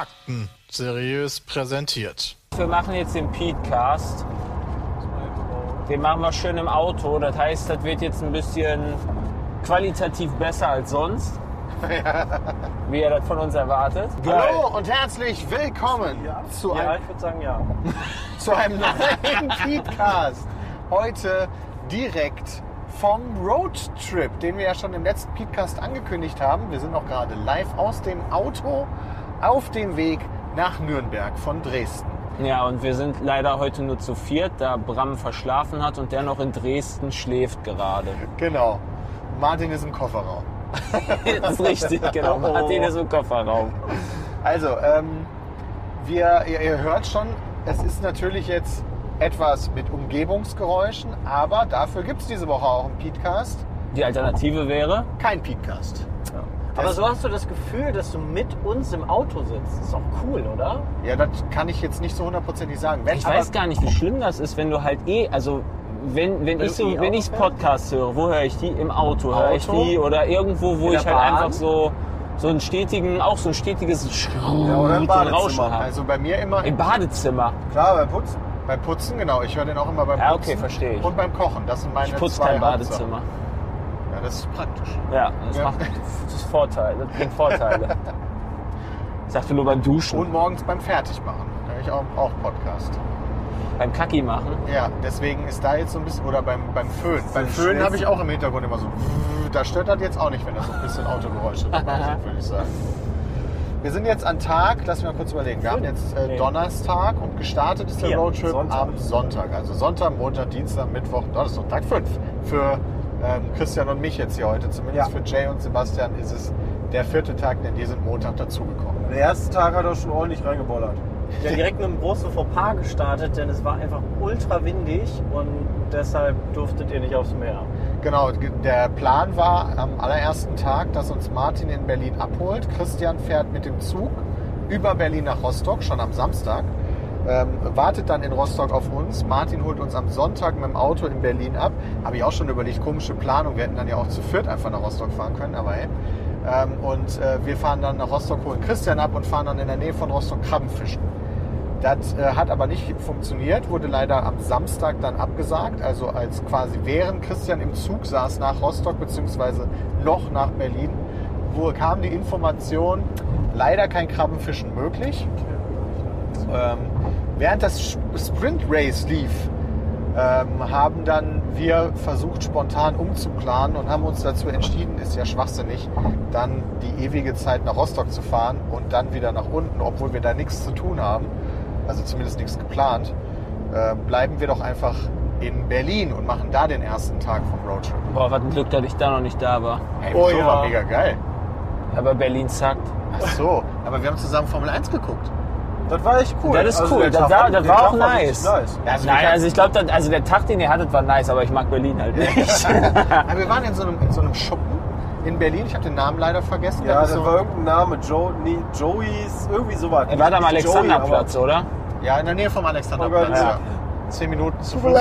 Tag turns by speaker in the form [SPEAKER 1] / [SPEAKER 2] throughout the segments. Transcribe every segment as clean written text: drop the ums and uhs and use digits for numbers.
[SPEAKER 1] Fakten seriös präsentiert.
[SPEAKER 2] Wir machen jetzt den Petecast. Den machen wir schön im Auto. Das heißt, das wird jetzt ein bisschen qualitativ besser als sonst. Wie ihr das von uns erwartet.
[SPEAKER 3] Hallo und herzlich willkommen zu einem,
[SPEAKER 2] ich würde sagen ja.
[SPEAKER 3] zu einem neuen Petecast. Heute direkt vom Roadtrip, den wir ja schon im letzten Petecast angekündigt haben. Wir sind noch gerade live aus dem Auto auf dem Weg nach Nürnberg von Dresden.
[SPEAKER 2] Ja, und wir sind leider heute nur zu viert, da Bram verschlafen hat und der noch in Dresden schläft gerade.
[SPEAKER 3] Genau. Martin ist im Kofferraum.
[SPEAKER 2] Das ist richtig, genau. Martin ist im Kofferraum.
[SPEAKER 3] Also, ihr hört schon, es ist natürlich jetzt etwas mit Umgebungsgeräuschen, aber dafür gibt es diese Woche auch einen Petecast.
[SPEAKER 2] Die Alternative wäre?
[SPEAKER 3] Kein Petecast.
[SPEAKER 4] Ja. Aber so hast du das Gefühl, dass du mit uns im Auto sitzt. Das ist doch cool, oder?
[SPEAKER 3] Ja, das kann ich jetzt nicht so hundertprozentig sagen.
[SPEAKER 2] Ich weiß gar nicht, wie schlimm das ist, wenn du halt wenn ich Podcast höre, wo höre ich die? Im Auto höre ich die oder irgendwo, wo ich halt einfach so ein stetiges
[SPEAKER 3] oder im
[SPEAKER 2] Rauschen habe.
[SPEAKER 3] Also bei mir immer
[SPEAKER 2] im Badezimmer.
[SPEAKER 3] Klar, beim Putzen. Beim Putzen, genau. Ich höre den auch immer beim Putzen.
[SPEAKER 2] Ja, okay, verstehe ich.
[SPEAKER 3] Und beim Kochen. Das sind meine
[SPEAKER 2] Ich putze
[SPEAKER 3] zwei
[SPEAKER 2] kein Badezimmer.
[SPEAKER 3] Ja, das ist praktisch.
[SPEAKER 2] Ja, das ist Vorteil. Das bringt Vorteile. Ich dachte nur beim Duschen.
[SPEAKER 3] Und morgens beim Fertigmachen. Da höre ich auch Podcast.
[SPEAKER 2] Beim Kacki machen?
[SPEAKER 3] Ja, deswegen ist da jetzt so ein bisschen, oder beim Föhn. Beim Föhn habe ich auch im Hintergrund immer so, da stört das jetzt auch nicht, wenn da so ein bisschen Autogeräusche dabei sind, würde ich sagen. Wir sind jetzt an Tag, lass mich mal kurz überlegen, wir haben jetzt Donnerstag und gestartet ist der Roadtrip am Sonntag. Also Sonntag, Montag, Dienstag, Mittwoch, Donnerstag, Tag 5. Für Christian und mich jetzt hier heute, zumindest für Jay und Sebastian ist es der 4. Tag, denn die sind Montag dazugekommen.
[SPEAKER 5] Der erste Tag hat er schon ordentlich reingebollert.
[SPEAKER 4] Ja, direkt mit einem großen Fauxpas gestartet, denn es war einfach ultra windig und deshalb durftet ihr nicht aufs Meer.
[SPEAKER 3] Genau, der Plan war am allerersten Tag, dass uns Martin in Berlin abholt. Christian fährt mit dem Zug über Berlin nach Rostock, schon am Samstag. Wartet dann in Rostock auf uns. Martin holt uns am Sonntag mit dem Auto in Berlin ab. Habe ich auch schon überlegt, komische Planung. Wir hätten dann ja auch zu viert einfach nach Rostock fahren können, aber hey. Wir fahren dann nach Rostock, holen Christian ab und fahren dann in der Nähe von Rostock Krabben fischen. Das hat aber nicht funktioniert, wurde leider am Samstag dann abgesagt. Also als quasi während Christian im Zug saß nach Rostock bzw. noch nach Berlin, kam die Information, leider kein Krabbenfischen möglich. Während das Sprint Race lief, haben dann wir versucht spontan umzuplanen und haben uns dazu entschieden, ist ja schwachsinnig, dann die ewige Zeit nach Rostock zu fahren und dann wieder nach unten, obwohl wir da nichts zu tun haben. Also zumindest nichts geplant, bleiben wir doch einfach in Berlin und machen da den ersten Tag vom Roadtrip.
[SPEAKER 2] Boah, was ein Glück, dass ich da noch nicht da war.
[SPEAKER 3] Hey, so war mega geil.
[SPEAKER 2] Aber Berlin zackt.
[SPEAKER 3] Ach so, aber wir haben zusammen Formel 1 geguckt.
[SPEAKER 5] Das war echt cool.
[SPEAKER 2] Das ist cool, das war auch nice.
[SPEAKER 3] Ja,
[SPEAKER 2] Also ich glaube, der Tag, den ihr hattet, war nice, aber ich mag Berlin halt nicht.
[SPEAKER 3] Aber wir waren in so einem Schuppen in Berlin, ich habe den Namen leider vergessen.
[SPEAKER 5] Ja, das war irgendein Name, Joey's, irgendwie sowas.
[SPEAKER 2] Er war da am Alexanderplatz, oder?
[SPEAKER 3] Ja, in der Nähe vom Alexanderplatz.
[SPEAKER 5] Ja.
[SPEAKER 3] Ja. 10 Minuten zu Fuß.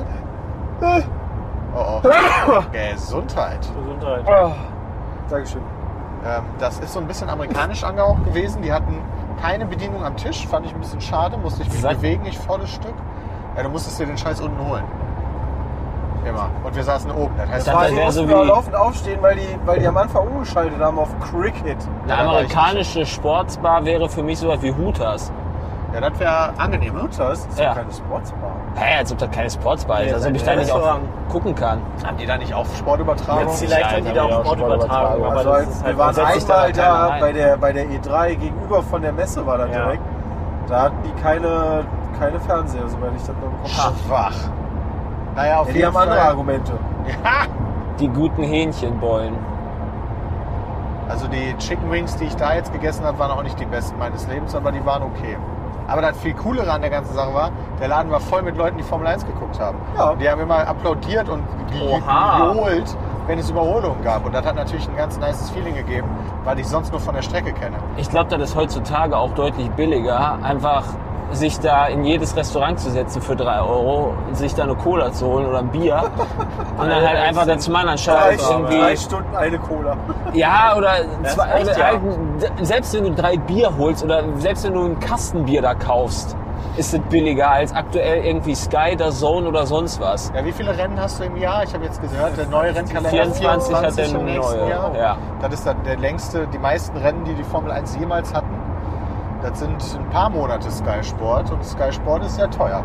[SPEAKER 3] Oh. Gesundheit.
[SPEAKER 4] Gesundheit.
[SPEAKER 5] Oh. Dankeschön.
[SPEAKER 3] Das ist so ein bisschen amerikanisch angehaucht gewesen. Die hatten keine Bedienung am Tisch, fand ich ein bisschen schade, musste ich mich bewegen, nicht volles Stück. Ja, du musstest dir den Scheiß unten holen. Immer. Und wir saßen oben. Das heißt,
[SPEAKER 5] Wir mussten laufend aufstehen, weil die am Anfang umgeschaltet haben auf Cricket.
[SPEAKER 2] Eine amerikanische Sportsbar wäre für mich sowas wie Hooters.
[SPEAKER 3] Ja, das wäre angenehm.
[SPEAKER 5] Hooters ist doch keine Sportsbar.
[SPEAKER 2] Hä, als ob das keine Sportsbar ist, als ob ich da nicht auch gucken kann.
[SPEAKER 3] Haben die da nicht auch Sportübertragung?
[SPEAKER 4] Jetzt vielleicht haben die da auch Sportübertragung, aber das ist halt...
[SPEAKER 5] Wir waren einmal da
[SPEAKER 2] rein.
[SPEAKER 5] bei der E3 gegenüber von der Messe war das direkt. Da hatten die keine Fernseher, soweit ich das noch im Kopf habe.
[SPEAKER 3] Schwach. Naja, auf
[SPEAKER 5] Die
[SPEAKER 3] jeden
[SPEAKER 5] haben
[SPEAKER 3] Fall.
[SPEAKER 5] andere Argumente.
[SPEAKER 3] Ja.
[SPEAKER 2] Die guten Hähnchenbollen.
[SPEAKER 3] Also die Chicken Wings, die ich da jetzt gegessen habe, waren auch nicht die besten meines Lebens, aber die waren okay. Aber das viel Coolere an der ganzen Sache war, der Laden war voll mit Leuten, die Formel 1 geguckt haben.
[SPEAKER 5] Ja.
[SPEAKER 3] Die haben immer applaudiert und gejohlt, wenn es Überholungen gab. Und das hat natürlich ein ganz nices Feeling gegeben, weil ich sonst nur von der Strecke kenne.
[SPEAKER 2] Ich glaube, das ist heutzutage auch deutlich billiger, einfach sich da in jedes Restaurant zu setzen für 3 Euro, sich da eine Cola zu holen oder ein Bier und dann halt einfach dazu machen, anstatt irgendwie...
[SPEAKER 5] 3 Stunden eine Cola.
[SPEAKER 2] Ja, oder,
[SPEAKER 4] Das
[SPEAKER 2] zwei,
[SPEAKER 4] reicht
[SPEAKER 2] oder
[SPEAKER 4] ja.
[SPEAKER 2] halt, selbst wenn du 3 Bier holst oder selbst wenn du einen Kastenbier da kaufst, ist es billiger als aktuell irgendwie Sky, DAZN oder sonst was.
[SPEAKER 3] Ja, wie viele Rennen hast du im Jahr? Ich habe jetzt gehört, der neue Rennkalender
[SPEAKER 2] 24 hat der
[SPEAKER 3] im nächsten
[SPEAKER 2] neue,
[SPEAKER 3] Jahr.
[SPEAKER 2] ja.
[SPEAKER 3] Das ist dann der längste, die meisten Rennen, die Formel 1 jemals hatten. Das sind ein paar Monate Sky Sport und Sky Sport ist sehr teuer.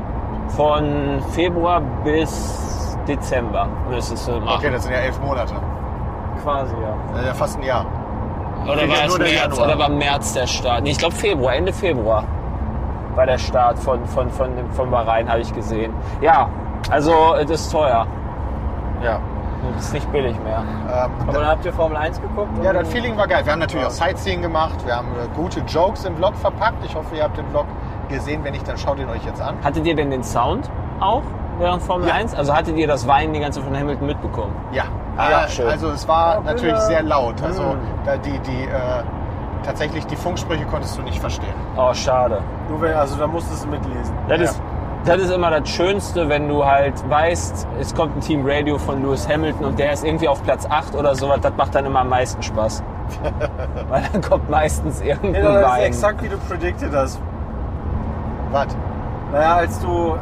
[SPEAKER 2] Von Februar bis Dezember müsstest du machen.
[SPEAKER 3] Okay, das sind ja 11 Monate.
[SPEAKER 4] Quasi, ja.
[SPEAKER 3] Das ist ja fast ein Jahr.
[SPEAKER 2] Oder
[SPEAKER 3] fehlt
[SPEAKER 2] war
[SPEAKER 3] ja
[SPEAKER 2] es
[SPEAKER 3] nur der
[SPEAKER 2] März?
[SPEAKER 3] Januar.
[SPEAKER 2] Oder war März der Start? Nee, ich glaube Februar, Ende Februar war der Start von Bahrain, habe ich gesehen. Ja, also es ist teuer.
[SPEAKER 3] Ja.
[SPEAKER 2] Es ist nicht billig mehr.
[SPEAKER 4] Aber dann habt ihr Formel 1 geguckt?
[SPEAKER 3] Ja,
[SPEAKER 4] und-
[SPEAKER 3] das Feeling war geil. Wir haben natürlich auch Sightseeing gemacht. Wir haben gute Jokes im Vlog verpackt. Ich hoffe, ihr habt den Vlog gesehen. Wenn nicht, dann schaut ihn euch jetzt an.
[SPEAKER 2] Hattet ihr denn den Sound auch während Formel
[SPEAKER 3] Ja.
[SPEAKER 2] 1? Also hattet ihr das Weinen die ganze von Hamilton mitbekommen?
[SPEAKER 3] Ja.
[SPEAKER 2] Ah, schön.
[SPEAKER 3] Also es war natürlich sehr laut. Also
[SPEAKER 2] Mhm.
[SPEAKER 3] da tatsächlich die Funksprüche konntest du nicht verstehen.
[SPEAKER 2] Oh, schade.
[SPEAKER 5] Also da musstest du mitlesen.
[SPEAKER 2] Das ist immer das Schönste, wenn du halt weißt, es kommt ein Team Radio von Lewis Hamilton und der ist irgendwie auf Platz 8 oder sowas. Das macht dann immer am meisten Spaß. Weil dann kommt meistens irgendein
[SPEAKER 5] Ja, das ist
[SPEAKER 2] Wein.
[SPEAKER 5] exakt wie du predicted hast.
[SPEAKER 3] Was?
[SPEAKER 5] Naja, als du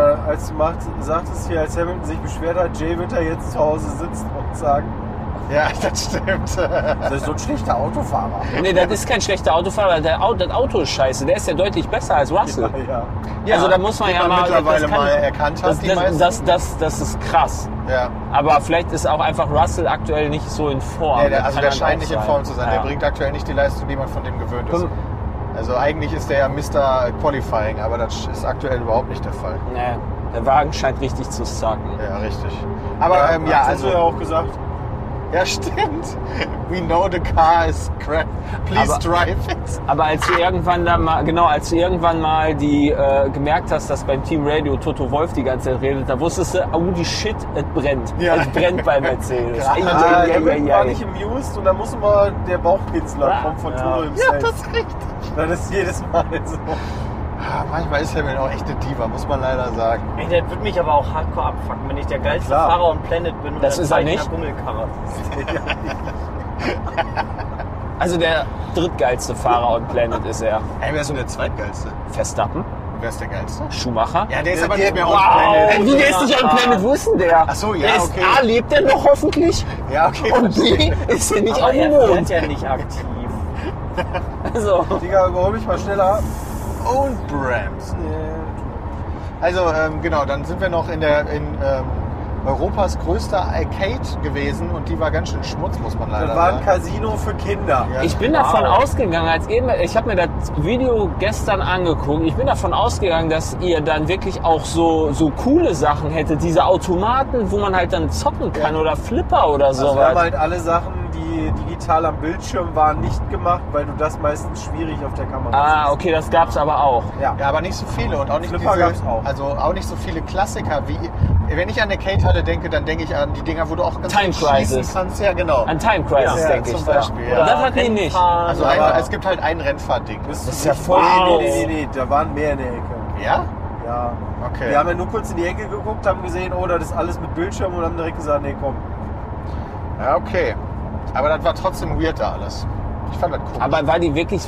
[SPEAKER 5] sagtest hier, als Hamilton sich beschwert hat, Jay wird da jetzt zu Hause sitzen und sagen,
[SPEAKER 3] Ja, das stimmt.
[SPEAKER 5] das ist so ein schlechter Autofahrer.
[SPEAKER 2] Nee, das ist kein schlechter Autofahrer. Das Auto ist scheiße. Der ist ja deutlich besser als Russell.
[SPEAKER 5] Ja.
[SPEAKER 2] Also da muss man
[SPEAKER 3] den
[SPEAKER 2] ja mal...
[SPEAKER 3] mittlerweile
[SPEAKER 2] das kann-
[SPEAKER 3] mal erkannt hat, die meisten.
[SPEAKER 2] Das ist krass.
[SPEAKER 3] Ja.
[SPEAKER 2] Aber vielleicht ist auch einfach Russell aktuell nicht so in Form.
[SPEAKER 3] Ja,
[SPEAKER 2] Das
[SPEAKER 3] also
[SPEAKER 2] kann
[SPEAKER 3] der
[SPEAKER 2] halt
[SPEAKER 3] scheint
[SPEAKER 2] auch
[SPEAKER 3] nicht in
[SPEAKER 2] sein.
[SPEAKER 3] Form zu sein.
[SPEAKER 2] Ja.
[SPEAKER 3] Der bringt aktuell nicht die Leistung, die man von dem gewöhnt ist.
[SPEAKER 2] Hm.
[SPEAKER 3] Also eigentlich ist der ja Mr. Qualifying, aber das ist aktuell überhaupt nicht der Fall.
[SPEAKER 2] Nee, der Wagen scheint richtig zu sucken.
[SPEAKER 3] Ja, richtig. Aber ja,
[SPEAKER 5] hast du
[SPEAKER 3] also
[SPEAKER 5] ja auch gesagt.
[SPEAKER 3] ja, stimmt. We know the car is crap. Please
[SPEAKER 2] Aber-
[SPEAKER 3] drive it.
[SPEAKER 2] Aber als du irgendwann mal die gemerkt hast, dass beim Team Radio Toto Wolff die ganze Zeit redet, da wusstest du, oh die Shit, es brennt.
[SPEAKER 3] Ja.
[SPEAKER 2] Es brennt bei Mercedes.
[SPEAKER 3] Krass.
[SPEAKER 5] War nicht amused und dann muss immer der Bauchpinsler
[SPEAKER 2] Ja.
[SPEAKER 5] kommen von
[SPEAKER 2] Ja.
[SPEAKER 5] Turo im
[SPEAKER 3] Ja,
[SPEAKER 5] Safe.
[SPEAKER 3] das ist richtig.
[SPEAKER 5] Das ist jedes Mal so.
[SPEAKER 3] Ah, manchmal ist Hamilton auch echt eine Diva, muss man leider sagen.
[SPEAKER 4] Ey, das würde mich aber auch hardcore abfucken, wenn ich der geilste
[SPEAKER 5] Klar.
[SPEAKER 4] Fahrer on Planet bin und
[SPEAKER 2] Das
[SPEAKER 4] dann
[SPEAKER 2] ist er
[SPEAKER 4] fahre ich
[SPEAKER 2] nicht.
[SPEAKER 4] in einer Bummelkarre.
[SPEAKER 2] Also der drittgeilste Fahrer on Planet ist er.
[SPEAKER 3] Ey, wer ist denn der zweitgeilste?
[SPEAKER 2] Verstappen,
[SPEAKER 3] Wer ist der geilste?
[SPEAKER 2] Schumacher.
[SPEAKER 3] Ja, der ist aber
[SPEAKER 5] der-
[SPEAKER 3] nicht mehr on
[SPEAKER 2] Wow,
[SPEAKER 3] Planet.
[SPEAKER 2] wie der ist nicht on Planet, wo ist denn der?
[SPEAKER 3] Ach so, ja,
[SPEAKER 2] der ist,
[SPEAKER 3] okay.
[SPEAKER 2] A, lebt der noch hoffentlich?
[SPEAKER 3] Ja, okay.
[SPEAKER 2] Und B, ist er nicht
[SPEAKER 4] Aber
[SPEAKER 2] auf dem
[SPEAKER 4] er
[SPEAKER 2] Mond?
[SPEAKER 4] fährt ja nicht aktiv.
[SPEAKER 2] Also,
[SPEAKER 5] Digga, überhol mich mal schneller.
[SPEAKER 3] Und Brams. Also, genau, dann sind wir noch in Europas größter Arcade gewesen und die war ganz schön Schmutz, muss man leider
[SPEAKER 5] Das war ein
[SPEAKER 3] sagen.
[SPEAKER 5] Casino für Kinder.
[SPEAKER 3] Ja.
[SPEAKER 2] ich bin davon ausgegangen, ich habe mir das Video gestern angeguckt, ich bin davon ausgegangen, dass ihr dann wirklich auch so coole Sachen hättet, diese Automaten, wo man halt dann zocken kann oder Flipper oder
[SPEAKER 5] Also wir haben
[SPEAKER 2] sowas.
[SPEAKER 5] halt alle Sachen, die digital am Bildschirm waren, nicht gemacht, weil du das meistens schwierig auf der Kamera
[SPEAKER 2] Ah, okay, das gab's aber auch.
[SPEAKER 5] siehst. Ja.
[SPEAKER 3] Ja, aber nicht so viele und auch nicht
[SPEAKER 5] Flipper gab's auch.
[SPEAKER 3] also auch nicht so viele Klassiker wie. Wenn ich an eine Arcade-Halle denke, dann denke ich an die Dinger, wo du auch ganz
[SPEAKER 2] Time
[SPEAKER 3] gut schießen
[SPEAKER 2] Crisis.
[SPEAKER 3] kannst. Ja, genau.
[SPEAKER 2] An Time Crisis,
[SPEAKER 3] Ja,
[SPEAKER 2] denke
[SPEAKER 3] zum
[SPEAKER 2] ich.
[SPEAKER 3] Beispiel,
[SPEAKER 2] da.
[SPEAKER 3] ja.
[SPEAKER 2] Das hat die nicht.
[SPEAKER 3] Also
[SPEAKER 5] aber-
[SPEAKER 3] es gibt halt ein Rennfahrding.
[SPEAKER 5] Das
[SPEAKER 2] ist ja
[SPEAKER 5] nicht-
[SPEAKER 2] voll-
[SPEAKER 5] Nee, da waren mehr in der Ecke.
[SPEAKER 3] Ja?
[SPEAKER 5] Ja.
[SPEAKER 3] Okay.
[SPEAKER 5] Wir haben ja nur kurz in die Ecke geguckt, haben gesehen, oh, das ist alles mit Bildschirm und haben direkt gesagt, nee, komm.
[SPEAKER 3] Ja, okay. Aber das war trotzdem weird da alles. Ich fand das cool.
[SPEAKER 2] Aber war die wirklich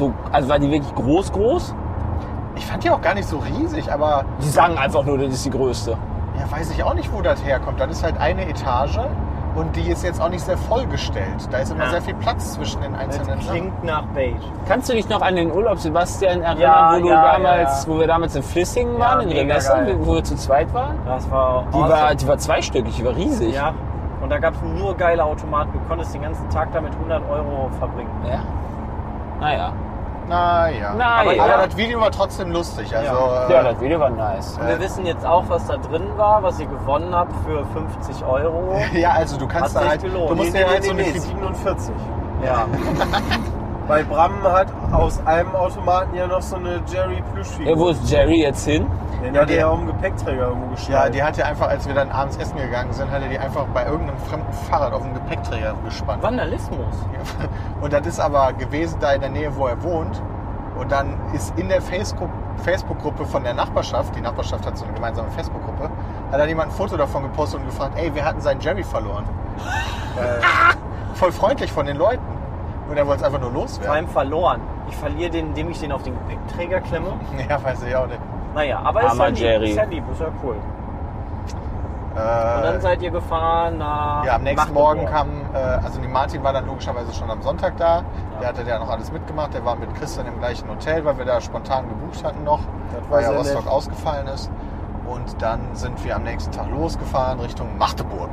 [SPEAKER 2] groß?
[SPEAKER 3] Ich fand die auch gar nicht so riesig, aber
[SPEAKER 2] Die sagen einfach nur, das ist die größte.
[SPEAKER 3] ja, weiß ich auch nicht, wo das herkommt. Das ist halt eine Etage und die ist jetzt auch nicht sehr vollgestellt. Da ist immer
[SPEAKER 4] Ja.
[SPEAKER 3] sehr viel Platz zwischen den
[SPEAKER 4] Das
[SPEAKER 3] einzelnen Sachen.
[SPEAKER 4] klingt nach Beige.
[SPEAKER 2] Kannst du dich noch an den Urlaub, Sebastian, erinnern,
[SPEAKER 4] Ja,
[SPEAKER 2] wo wir damals in Flissingen waren, in
[SPEAKER 4] mega
[SPEAKER 2] Renesse,
[SPEAKER 4] geil.
[SPEAKER 2] wo wir zu zweit waren?
[SPEAKER 4] Das war
[SPEAKER 2] Die war zweistöckig, die war riesig.
[SPEAKER 4] Ja. Und da gab es nur geile Automaten. Du konntest den ganzen Tag damit 100 Euro verbringen.
[SPEAKER 2] Ja. Naja.
[SPEAKER 3] Naja.
[SPEAKER 2] Na ja.
[SPEAKER 3] Aber das Video war trotzdem lustig. Also,
[SPEAKER 2] Ja, das Video war nice.
[SPEAKER 4] Und wir wissen jetzt auch, was da drin war, was ihr gewonnen habt für 50 Euro.
[SPEAKER 3] ja, also du kannst
[SPEAKER 4] Hat
[SPEAKER 3] da
[SPEAKER 4] sich
[SPEAKER 3] halt.
[SPEAKER 4] gelohnt.
[SPEAKER 3] Du musst dir halt so eine
[SPEAKER 5] 47.
[SPEAKER 4] Ja.
[SPEAKER 5] Weil Bram hat aus einem Automaten ja noch so eine Jerry Plüschfigur.
[SPEAKER 2] Wo ist Jerry jetzt hin?
[SPEAKER 5] Den hat er ja auf dem Gepäckträger irgendwo
[SPEAKER 3] Ja,
[SPEAKER 5] geschnallt.
[SPEAKER 3] die hat ja einfach, als wir dann abends essen gegangen sind, hat er die einfach bei irgendeinem fremden Fahrrad auf dem Gepäckträger gespannt.
[SPEAKER 4] Vandalismus.
[SPEAKER 3] Und das ist aber gewesen da in der Nähe, wo er wohnt. Und dann ist in der Facebook-Gruppe von der Nachbarschaft, die Nachbarschaft hat so eine gemeinsame Facebook-Gruppe, hat dann jemand ein Foto davon gepostet und gefragt, ey, wir hatten seinen Jerry verloren. Voll freundlich von den Leuten. Und er wollte es einfach nur
[SPEAKER 4] Vor
[SPEAKER 3] loswerden.
[SPEAKER 4] allem verloren. Ich verliere den, indem ich den auf den Gepäckträger klemme.
[SPEAKER 3] Ja, weiß ich auch nicht.
[SPEAKER 4] Naja, aber
[SPEAKER 2] Armer Jerry.
[SPEAKER 4] ist ja lieb, ist ja cool. Und dann seid ihr gefahren nach
[SPEAKER 3] Ja, am nächsten
[SPEAKER 4] Magdeburg.
[SPEAKER 3] Morgen kam, also die Martin war dann logischerweise schon am Sonntag da. Der hatte ja noch alles mitgemacht. Der war mit Christian im gleichen Hotel, weil wir da spontan gebucht hatten noch,
[SPEAKER 5] Das war
[SPEAKER 3] weil ja
[SPEAKER 5] sehr
[SPEAKER 3] Rostock
[SPEAKER 5] nett.
[SPEAKER 3] ausgefallen ist. Und dann sind wir am nächsten Tag losgefahren Richtung Magdeburg.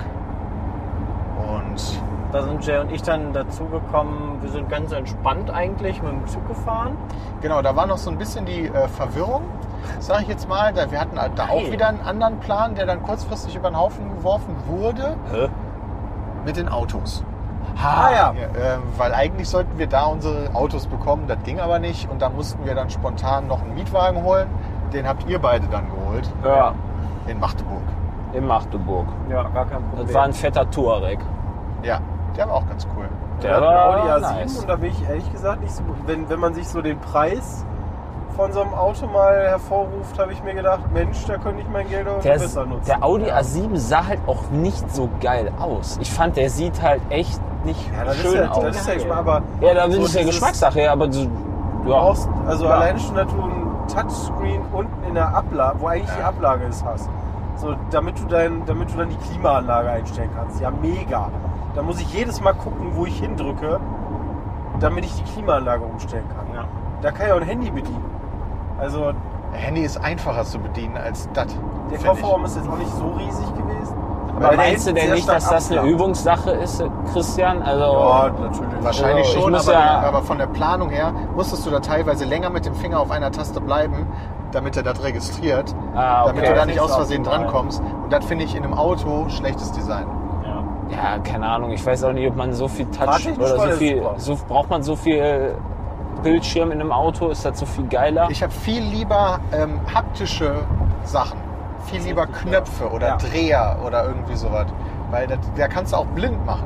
[SPEAKER 3] Und
[SPEAKER 4] Da sind Jay und ich dann dazugekommen. Wir sind ganz entspannt eigentlich mit dem Zug gefahren.
[SPEAKER 3] genau, da war noch so ein bisschen die Verwirrung, sage ich jetzt mal. Wir hatten da auch
[SPEAKER 4] Geil.
[SPEAKER 3] wieder einen anderen Plan, der dann kurzfristig über den Haufen geworfen wurde mit den Autos.
[SPEAKER 5] Ah ja.
[SPEAKER 3] Ja, weil eigentlich sollten wir da unsere Autos bekommen, das ging aber nicht. Und da mussten wir dann spontan noch einen Mietwagen holen. Den habt ihr beide dann geholt
[SPEAKER 2] Ja,
[SPEAKER 3] in Magdeburg.
[SPEAKER 2] in Magdeburg.
[SPEAKER 4] Ja, gar kein Problem.
[SPEAKER 2] Das war ein fetter Touareg.
[SPEAKER 3] Ja, der war auch ganz cool.
[SPEAKER 2] Der
[SPEAKER 5] hat
[SPEAKER 2] war
[SPEAKER 5] einen Audi A7
[SPEAKER 2] nice.
[SPEAKER 5] und da bin ich ehrlich gesagt nicht so. Wenn man sich so den Preis von so einem Auto mal hervorruft, habe ich mir gedacht, Mensch, da könnte ich mein Geld auch besser nutzen.
[SPEAKER 2] Der Audi A7 sah halt auch nicht so geil aus. Ich fand, der sieht halt echt nicht
[SPEAKER 5] ja, das
[SPEAKER 2] schön
[SPEAKER 5] ist ja,
[SPEAKER 2] aus.
[SPEAKER 5] das ist ja Geschmack, aber
[SPEAKER 2] Ja, da ist
[SPEAKER 5] so
[SPEAKER 2] es ja
[SPEAKER 5] dieses-
[SPEAKER 2] Geschmackssache, ja, aber so,
[SPEAKER 5] du
[SPEAKER 2] ja.
[SPEAKER 5] brauchst also
[SPEAKER 2] Ja.
[SPEAKER 5] alleine schon, dass du ein Touchscreen unten in der Ablage, wo eigentlich die Ablage ist, hast. So, damit du dann die Klimaanlage einstellen kannst. Ja, mega. Da muss ich jedes Mal gucken, wo ich hindrücke, damit ich die Klimaanlage umstellen kann.
[SPEAKER 4] Ja.
[SPEAKER 5] Da kann ich auch ein Handy bedienen. Also
[SPEAKER 3] Handy ist einfacher zu bedienen als das.
[SPEAKER 5] der
[SPEAKER 3] find
[SPEAKER 5] Kofferraum ist jetzt auch nicht so riesig gewesen.
[SPEAKER 2] Aber
[SPEAKER 5] Weil der
[SPEAKER 2] meinst du
[SPEAKER 5] hinten
[SPEAKER 2] denn
[SPEAKER 5] sehr
[SPEAKER 2] nicht,
[SPEAKER 5] stark
[SPEAKER 2] dass das eine
[SPEAKER 5] abflacht.
[SPEAKER 2] Übungssache ist, Christian? Also,
[SPEAKER 5] Ja, natürlich.
[SPEAKER 3] Wahrscheinlich
[SPEAKER 2] Also, ich
[SPEAKER 3] schon,
[SPEAKER 2] muss
[SPEAKER 3] aber,
[SPEAKER 2] ja-
[SPEAKER 3] aber von der Planung her musstest du da teilweise länger mit dem Finger auf einer Taste bleiben, damit er das registriert,
[SPEAKER 2] Ah, okay.
[SPEAKER 3] damit du da nicht
[SPEAKER 4] Das
[SPEAKER 3] aus
[SPEAKER 4] ist
[SPEAKER 3] Versehen
[SPEAKER 4] optimal.
[SPEAKER 3] drankommst. Und das finde ich in einem Auto schlechtes Design.
[SPEAKER 4] Ja.
[SPEAKER 2] ja, keine Ahnung. Ich weiß auch nicht, ob man so viel Touch
[SPEAKER 5] Fahrtechnisch
[SPEAKER 2] oder
[SPEAKER 5] war
[SPEAKER 2] so
[SPEAKER 5] der
[SPEAKER 2] viel.
[SPEAKER 5] super.
[SPEAKER 2] So, braucht man so viel Bildschirm in einem Auto? Ist das so viel geiler?
[SPEAKER 3] Ich habe viel lieber haptische Sachen. Viel lieber Knöpfe oder
[SPEAKER 5] Ja.
[SPEAKER 3] Dreher oder irgendwie sowas. Weil da kannst du auch blind machen.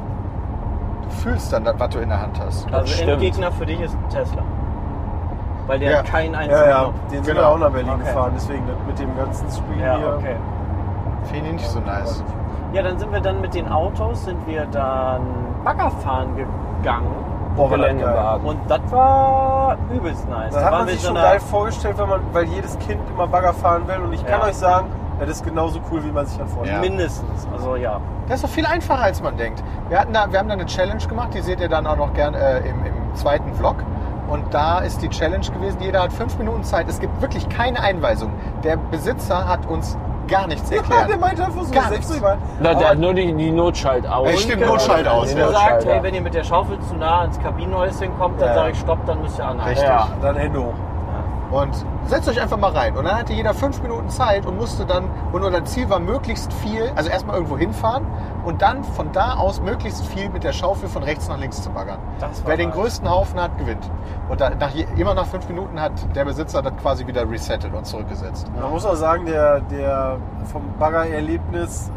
[SPEAKER 3] Du fühlst dann das, was du in der Hand hast.
[SPEAKER 4] Also
[SPEAKER 2] stimmt.
[SPEAKER 4] Endgegner für dich ist Tesla. Weil der
[SPEAKER 3] Ja.
[SPEAKER 4] hat keinen einzigen
[SPEAKER 5] Ja,
[SPEAKER 4] Knopf.
[SPEAKER 5] den sind
[SPEAKER 3] Genau.
[SPEAKER 5] wir auch nach Berlin
[SPEAKER 4] Okay.
[SPEAKER 5] gefahren, deswegen das mit dem ganzen Screen
[SPEAKER 4] Ja,
[SPEAKER 5] hier.
[SPEAKER 4] okay.
[SPEAKER 3] Finde ich nicht so nice.
[SPEAKER 4] Ja, dann sind wir dann mit den Autos, sind wir dann Bagger fahren gegangen.
[SPEAKER 5] Boah, war das geil.
[SPEAKER 2] Geländewagen.
[SPEAKER 4] Und das war übelst nice.
[SPEAKER 5] Das hat man
[SPEAKER 4] wir
[SPEAKER 5] sich
[SPEAKER 4] so
[SPEAKER 5] schon
[SPEAKER 4] einer-
[SPEAKER 5] geil vorgestellt, weil jedes Kind immer Bagger fahren will. Und ich kann
[SPEAKER 4] Ja.
[SPEAKER 5] euch sagen, das ist genauso cool, wie man sich das vorstellt.
[SPEAKER 3] Ja.
[SPEAKER 4] Mindestens. Also ja.
[SPEAKER 3] Das ist doch viel einfacher, als man denkt. Wir haben da eine Challenge gemacht, die seht ihr dann auch noch gern im zweiten Vlog. Und da ist die Challenge gewesen, jeder hat 5 Minuten Zeit. Es gibt wirklich keine Einweisung. Der Besitzer hat uns gar nichts
[SPEAKER 5] Ja,
[SPEAKER 3] erklärt.
[SPEAKER 5] der meinte einfach so,
[SPEAKER 3] Gar
[SPEAKER 5] selbst
[SPEAKER 3] nichts.
[SPEAKER 5] über.
[SPEAKER 2] Na, der hat nur die Notschalt aus.
[SPEAKER 3] Ey, stimmt, Notschalt aus,
[SPEAKER 2] Die
[SPEAKER 3] ja.
[SPEAKER 4] Er sagt,
[SPEAKER 2] Notschalt,
[SPEAKER 4] hey,
[SPEAKER 2] ja.
[SPEAKER 4] wenn ihr mit der Schaufel zu nah ans Kabinenhäuschen kommt, dann
[SPEAKER 5] Ja.
[SPEAKER 4] sage ich Stopp, dann müsst ihr anhalten.
[SPEAKER 3] Richtig.
[SPEAKER 2] Ja.
[SPEAKER 5] Dann Hände hoch.
[SPEAKER 3] Und setzt euch einfach mal rein. Und dann hatte jeder 5 Minuten Zeit und musste dann, und unser Ziel war möglichst viel, also erstmal irgendwo hinfahren und dann von da aus möglichst viel mit der Schaufel von rechts nach links zu baggern.
[SPEAKER 4] Das war
[SPEAKER 3] Wer den
[SPEAKER 4] nice.
[SPEAKER 3] größten Haufen hat, gewinnt. Und immer nach 5 Minuten hat der Besitzer das quasi wieder resettet und zurückgesetzt.
[SPEAKER 5] Man muss auch sagen, der vom Bagger-Erlebnis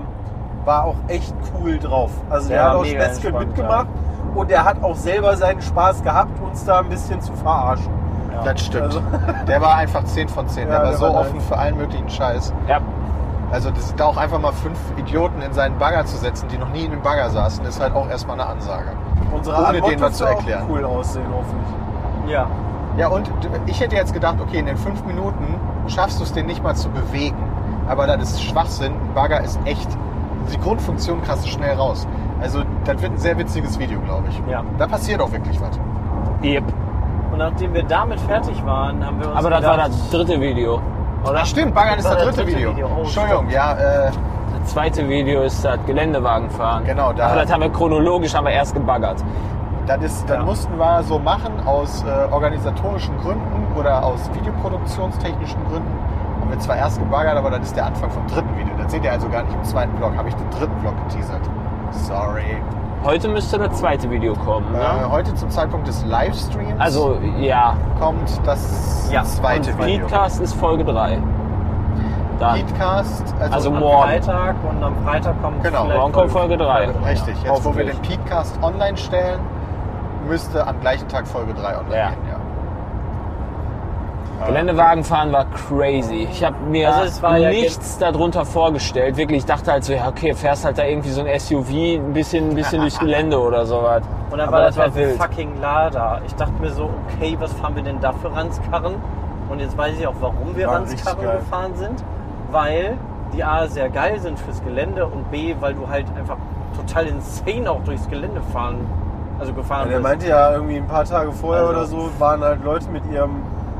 [SPEAKER 5] war auch echt cool drauf. Also der
[SPEAKER 4] Ja,
[SPEAKER 5] hat auch
[SPEAKER 4] mega
[SPEAKER 5] Spätzle
[SPEAKER 4] entspannt,
[SPEAKER 5] mitgemacht und der hat auch selber seinen Spaß gehabt, uns da ein bisschen zu verarschen.
[SPEAKER 3] Das stimmt.
[SPEAKER 5] Also-
[SPEAKER 3] Der war einfach 10 von 10.
[SPEAKER 5] Ja,
[SPEAKER 3] der war
[SPEAKER 5] der
[SPEAKER 3] so
[SPEAKER 5] war
[SPEAKER 3] offen
[SPEAKER 5] nice.
[SPEAKER 3] für allen möglichen Scheiß.
[SPEAKER 2] Ja.
[SPEAKER 3] Also da auch einfach mal 5 Idioten in seinen Bagger zu setzen, die noch nie in dem Bagger saßen, ist halt auch erstmal eine Ansage.
[SPEAKER 5] Unsere
[SPEAKER 3] Ohne
[SPEAKER 5] Antwort
[SPEAKER 3] denen was
[SPEAKER 5] wird
[SPEAKER 3] zu
[SPEAKER 5] auch
[SPEAKER 3] erklären.
[SPEAKER 5] cool aussehen, hoffentlich.
[SPEAKER 4] Ja.
[SPEAKER 3] Ja, und ich hätte jetzt gedacht, okay, in den 5 Minuten schaffst du es, den nicht mal zu bewegen. Aber das ist Schwachsinn. Ein Bagger ist echt, die Grundfunktion kriegst du schnell raus. Also das wird ein sehr witziges Video, glaube ich.
[SPEAKER 4] Ja.
[SPEAKER 3] Da passiert auch wirklich was.
[SPEAKER 2] Yep.
[SPEAKER 4] Und nachdem wir damit fertig waren, haben wir uns
[SPEAKER 2] Aber das war
[SPEAKER 4] gedacht,
[SPEAKER 2] das dritte Video. Oder?
[SPEAKER 3] Ach stimmt, Baggern ist
[SPEAKER 4] Das
[SPEAKER 3] das
[SPEAKER 4] war
[SPEAKER 3] dritte Video.
[SPEAKER 4] Oh,
[SPEAKER 3] Entschuldigung, ja,
[SPEAKER 2] Das zweite Video ist das Geländewagenfahren.
[SPEAKER 3] Genau, da-
[SPEAKER 2] Aber das haben wir chronologisch erst gebaggert.
[SPEAKER 3] das
[SPEAKER 4] Ja.
[SPEAKER 3] mussten wir so machen aus organisatorischen Gründen oder aus videoproduktionstechnischen Gründen. Haben wir zwar erst gebaggert, aber das ist der Anfang vom dritten Video. Das seht ihr also gar nicht im zweiten Vlog. Habe ich den dritten Vlog geteasert. Sorry.
[SPEAKER 2] Heute müsste das zweite Video kommen. Ne?
[SPEAKER 3] Heute zum Zeitpunkt des Livestreams
[SPEAKER 2] Also, ja.
[SPEAKER 3] kommt das
[SPEAKER 4] Ja,
[SPEAKER 3] zweite
[SPEAKER 2] Und
[SPEAKER 3] Video.
[SPEAKER 2] Feedcast ist Folge 3. Dann.
[SPEAKER 3] Peatcast,
[SPEAKER 2] Also
[SPEAKER 4] am
[SPEAKER 2] morgen.
[SPEAKER 4] Freitag und am Freitag kommt
[SPEAKER 3] Genau.
[SPEAKER 4] vielleicht
[SPEAKER 2] Morgen kommt Folge 3.
[SPEAKER 3] Richtig, jetzt wo wir
[SPEAKER 2] Hoffentlich.
[SPEAKER 3] den Peatcast online stellen, müsste am gleichen Tag Folge 3 online
[SPEAKER 2] Ja.
[SPEAKER 3] gehen. Ja.
[SPEAKER 2] Geländewagenfahren war crazy. Ich habe mir
[SPEAKER 4] Also es war ja
[SPEAKER 2] nichts darunter vorgestellt. Wirklich, ich dachte halt so, ja okay, fährst halt da irgendwie so ein SUV ein bisschen durchs Gelände oder sowas.
[SPEAKER 4] Und dann
[SPEAKER 2] Aber
[SPEAKER 4] war das
[SPEAKER 2] war
[SPEAKER 4] halt
[SPEAKER 2] wild.
[SPEAKER 4] fucking Lada. Ich dachte mir so, okay, was fahren wir denn da für Ranzkarren? Und jetzt weiß ich auch, warum wir
[SPEAKER 5] War
[SPEAKER 4] Ranzkarren
[SPEAKER 5] richtig geil.
[SPEAKER 4] gefahren sind. Weil die A sehr geil sind fürs Gelände und B, weil du halt einfach total insane auch durchs Gelände gefahren
[SPEAKER 5] Ja,
[SPEAKER 4] bist.
[SPEAKER 5] der meinte ja irgendwie ein paar Tage vorher
[SPEAKER 4] Also-
[SPEAKER 5] oder so, waren halt Leute mit ihrem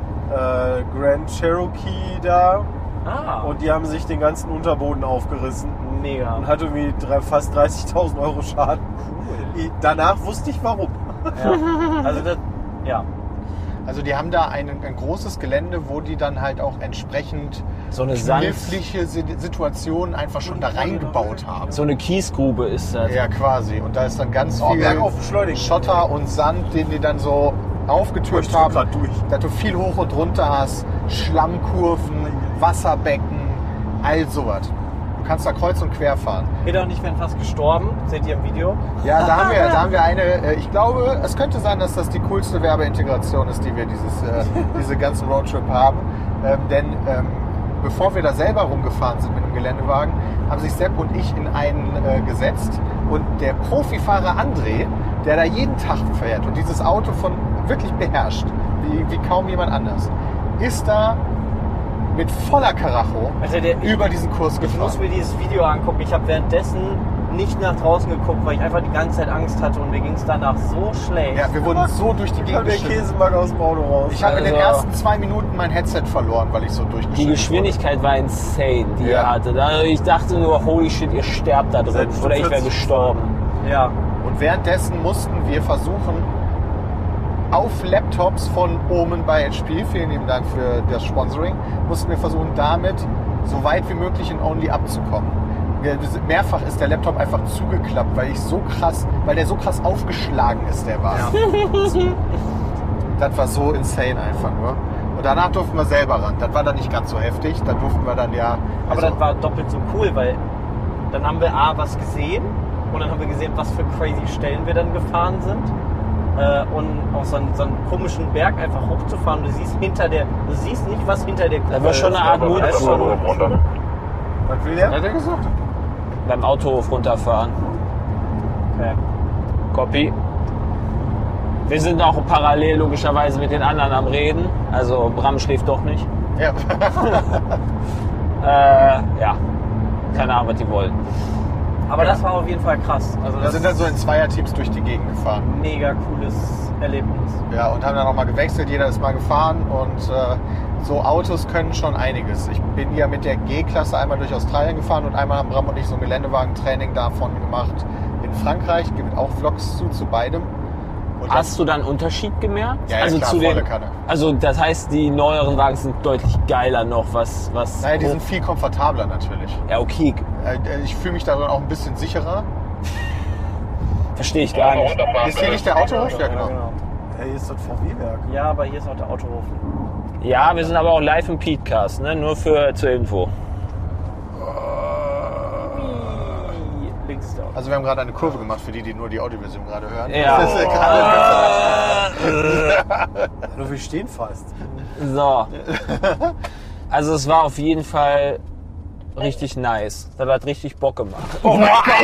[SPEAKER 5] Grand Cherokee da und die haben sich den ganzen Unterboden aufgerissen
[SPEAKER 4] mega.
[SPEAKER 5] und hat irgendwie fast 30.000 Euro Schaden. Danach wusste ich warum.
[SPEAKER 4] Ja. Also das, ja.
[SPEAKER 3] Also die haben da ein großes Gelände, wo die dann halt auch entsprechend
[SPEAKER 2] So eine
[SPEAKER 3] knifflige Situationen einfach schon da reingebaut haben.
[SPEAKER 2] So eine Kiesgrube ist das.
[SPEAKER 3] Ja, quasi. Und da ist dann ganz viel
[SPEAKER 5] bergauf beschleunigen.
[SPEAKER 3] Schotter und Sand, den die dann so aufgetürmt
[SPEAKER 5] Ich
[SPEAKER 3] haben,
[SPEAKER 5] grad durch.
[SPEAKER 3] dass du viel hoch und runter hast, Schlammkurven, Wasserbecken, all sowas. Du kannst da kreuz und quer fahren.
[SPEAKER 4] Peter und ich wären fast gestorben, seht ihr im Video.
[SPEAKER 3] Ja, da haben wir eine, ich glaube, es könnte sein, dass das die coolste Werbeintegration ist, die wir diese ganzen Roadtrip haben. Denn bevor wir da selber rumgefahren sind mit dem Geländewagen, haben sich Sepp und ich in einen gesetzt und der Profifahrer André, der da jeden Tag fährt und dieses Auto wirklich beherrscht, wie kaum jemand anders, ist da mit voller Karacho
[SPEAKER 4] Also
[SPEAKER 3] über diesen Kurs
[SPEAKER 4] Ich muss
[SPEAKER 3] gefahren.
[SPEAKER 4] mir dieses Video angucken. Ich habe währenddessen nicht nach draußen geguckt, weil ich einfach die ganze Zeit Angst hatte und mir ging es danach so schlecht.
[SPEAKER 3] Ja, wir wurden so durch die
[SPEAKER 5] Ich
[SPEAKER 3] Gegend
[SPEAKER 5] habe den
[SPEAKER 3] geschüttelt.
[SPEAKER 5] Käsemark aus dem Auto raus.
[SPEAKER 3] Ich habe in den
[SPEAKER 2] Also-
[SPEAKER 3] ersten 2 Minuten mein Headset verloren, weil ich so
[SPEAKER 2] Die
[SPEAKER 3] durchgeschüttelt
[SPEAKER 2] Geschwindigkeit war insane, die
[SPEAKER 3] Ja.
[SPEAKER 2] er hatte. Ich dachte nur, holy shit, ihr sterbt da drin.
[SPEAKER 5] Seid
[SPEAKER 2] Oder ich wäre
[SPEAKER 5] 40
[SPEAKER 2] gestorben.
[SPEAKER 4] Ja.
[SPEAKER 3] wurde. Und währenddessen mussten wir versuchen, auf Laptops von Omen bei HP, vielen lieben Dank für das Sponsoring, mussten wir versuchen, damit so weit wie möglich in Only abzukommen. Mehrfach ist der Laptop einfach zugeklappt, weil der so krass aufgeschlagen ist, der war. Das war so insane einfach nur. Und danach durften wir selber ran. Das war dann nicht ganz so heftig. Da durften wir dann ja...
[SPEAKER 4] Aber
[SPEAKER 3] also-
[SPEAKER 4] das war doppelt so cool, weil dann haben wir A, was gesehen und dann haben wir gesehen, was für crazy Stellen wir dann gefahren sind. Und auch so einen komischen Berg einfach hochzufahren. Du siehst nicht, was hinter der Kuppe
[SPEAKER 2] Das war schon eine Art
[SPEAKER 4] ist. Das ist schon-
[SPEAKER 5] Was will der?
[SPEAKER 3] Hat er gesagt?
[SPEAKER 2] Beim Autohof runterfahren.
[SPEAKER 4] Okay.
[SPEAKER 2] Copy. Wir sind auch parallel logischerweise mit den anderen am Reden. Also Bram schläft doch nicht.
[SPEAKER 3] Ja.
[SPEAKER 2] Ja, keine Ahnung, was die wollen.
[SPEAKER 4] Aber das war auf jeden Fall krass. Also
[SPEAKER 3] Wir
[SPEAKER 4] das
[SPEAKER 3] sind dann so in Zweierteams durch die Gegend gefahren.
[SPEAKER 4] ein mega cooles Erlebnis.
[SPEAKER 3] Ja, und haben dann auch mal gewechselt, jeder ist mal gefahren und so Autos können schon einiges. Ich bin ja mit der G-Klasse einmal durch Australien gefahren und einmal haben Bram und ich so ein Geländewagentraining davon gemacht in Frankreich. Gibt auch Vlogs zu beidem. Und
[SPEAKER 2] Hast du dann einen Unterschied gemerkt?
[SPEAKER 3] Ja, klar,
[SPEAKER 2] zu
[SPEAKER 3] volle
[SPEAKER 2] den,
[SPEAKER 3] Kanne.
[SPEAKER 2] also das heißt, die neueren Wagen sind deutlich geiler noch, was
[SPEAKER 3] Naja, die sind viel komfortabler natürlich.
[SPEAKER 2] ja, okay,
[SPEAKER 3] Ich fühle mich darin auch ein bisschen sicherer.
[SPEAKER 2] verstehe ich gar nicht.
[SPEAKER 3] Ist hier nicht der Autohof? Ja, genau.
[SPEAKER 5] Hey, hier ist das VW-Werk.
[SPEAKER 4] Ja, aber hier ist auch der Autohof.
[SPEAKER 2] Ja, wir sind aber auch live im Petecast, ne? Nur zur Info.
[SPEAKER 4] Links da.
[SPEAKER 3] Also wir haben gerade eine Kurve gemacht für die nur die Audioversion gerade hören.
[SPEAKER 2] Ja.
[SPEAKER 3] Das ist gerade
[SPEAKER 5] Hallo, wir stehen fast.
[SPEAKER 2] So. Also es war auf jeden Fall richtig nice. Das hat richtig Bock gemacht. Oh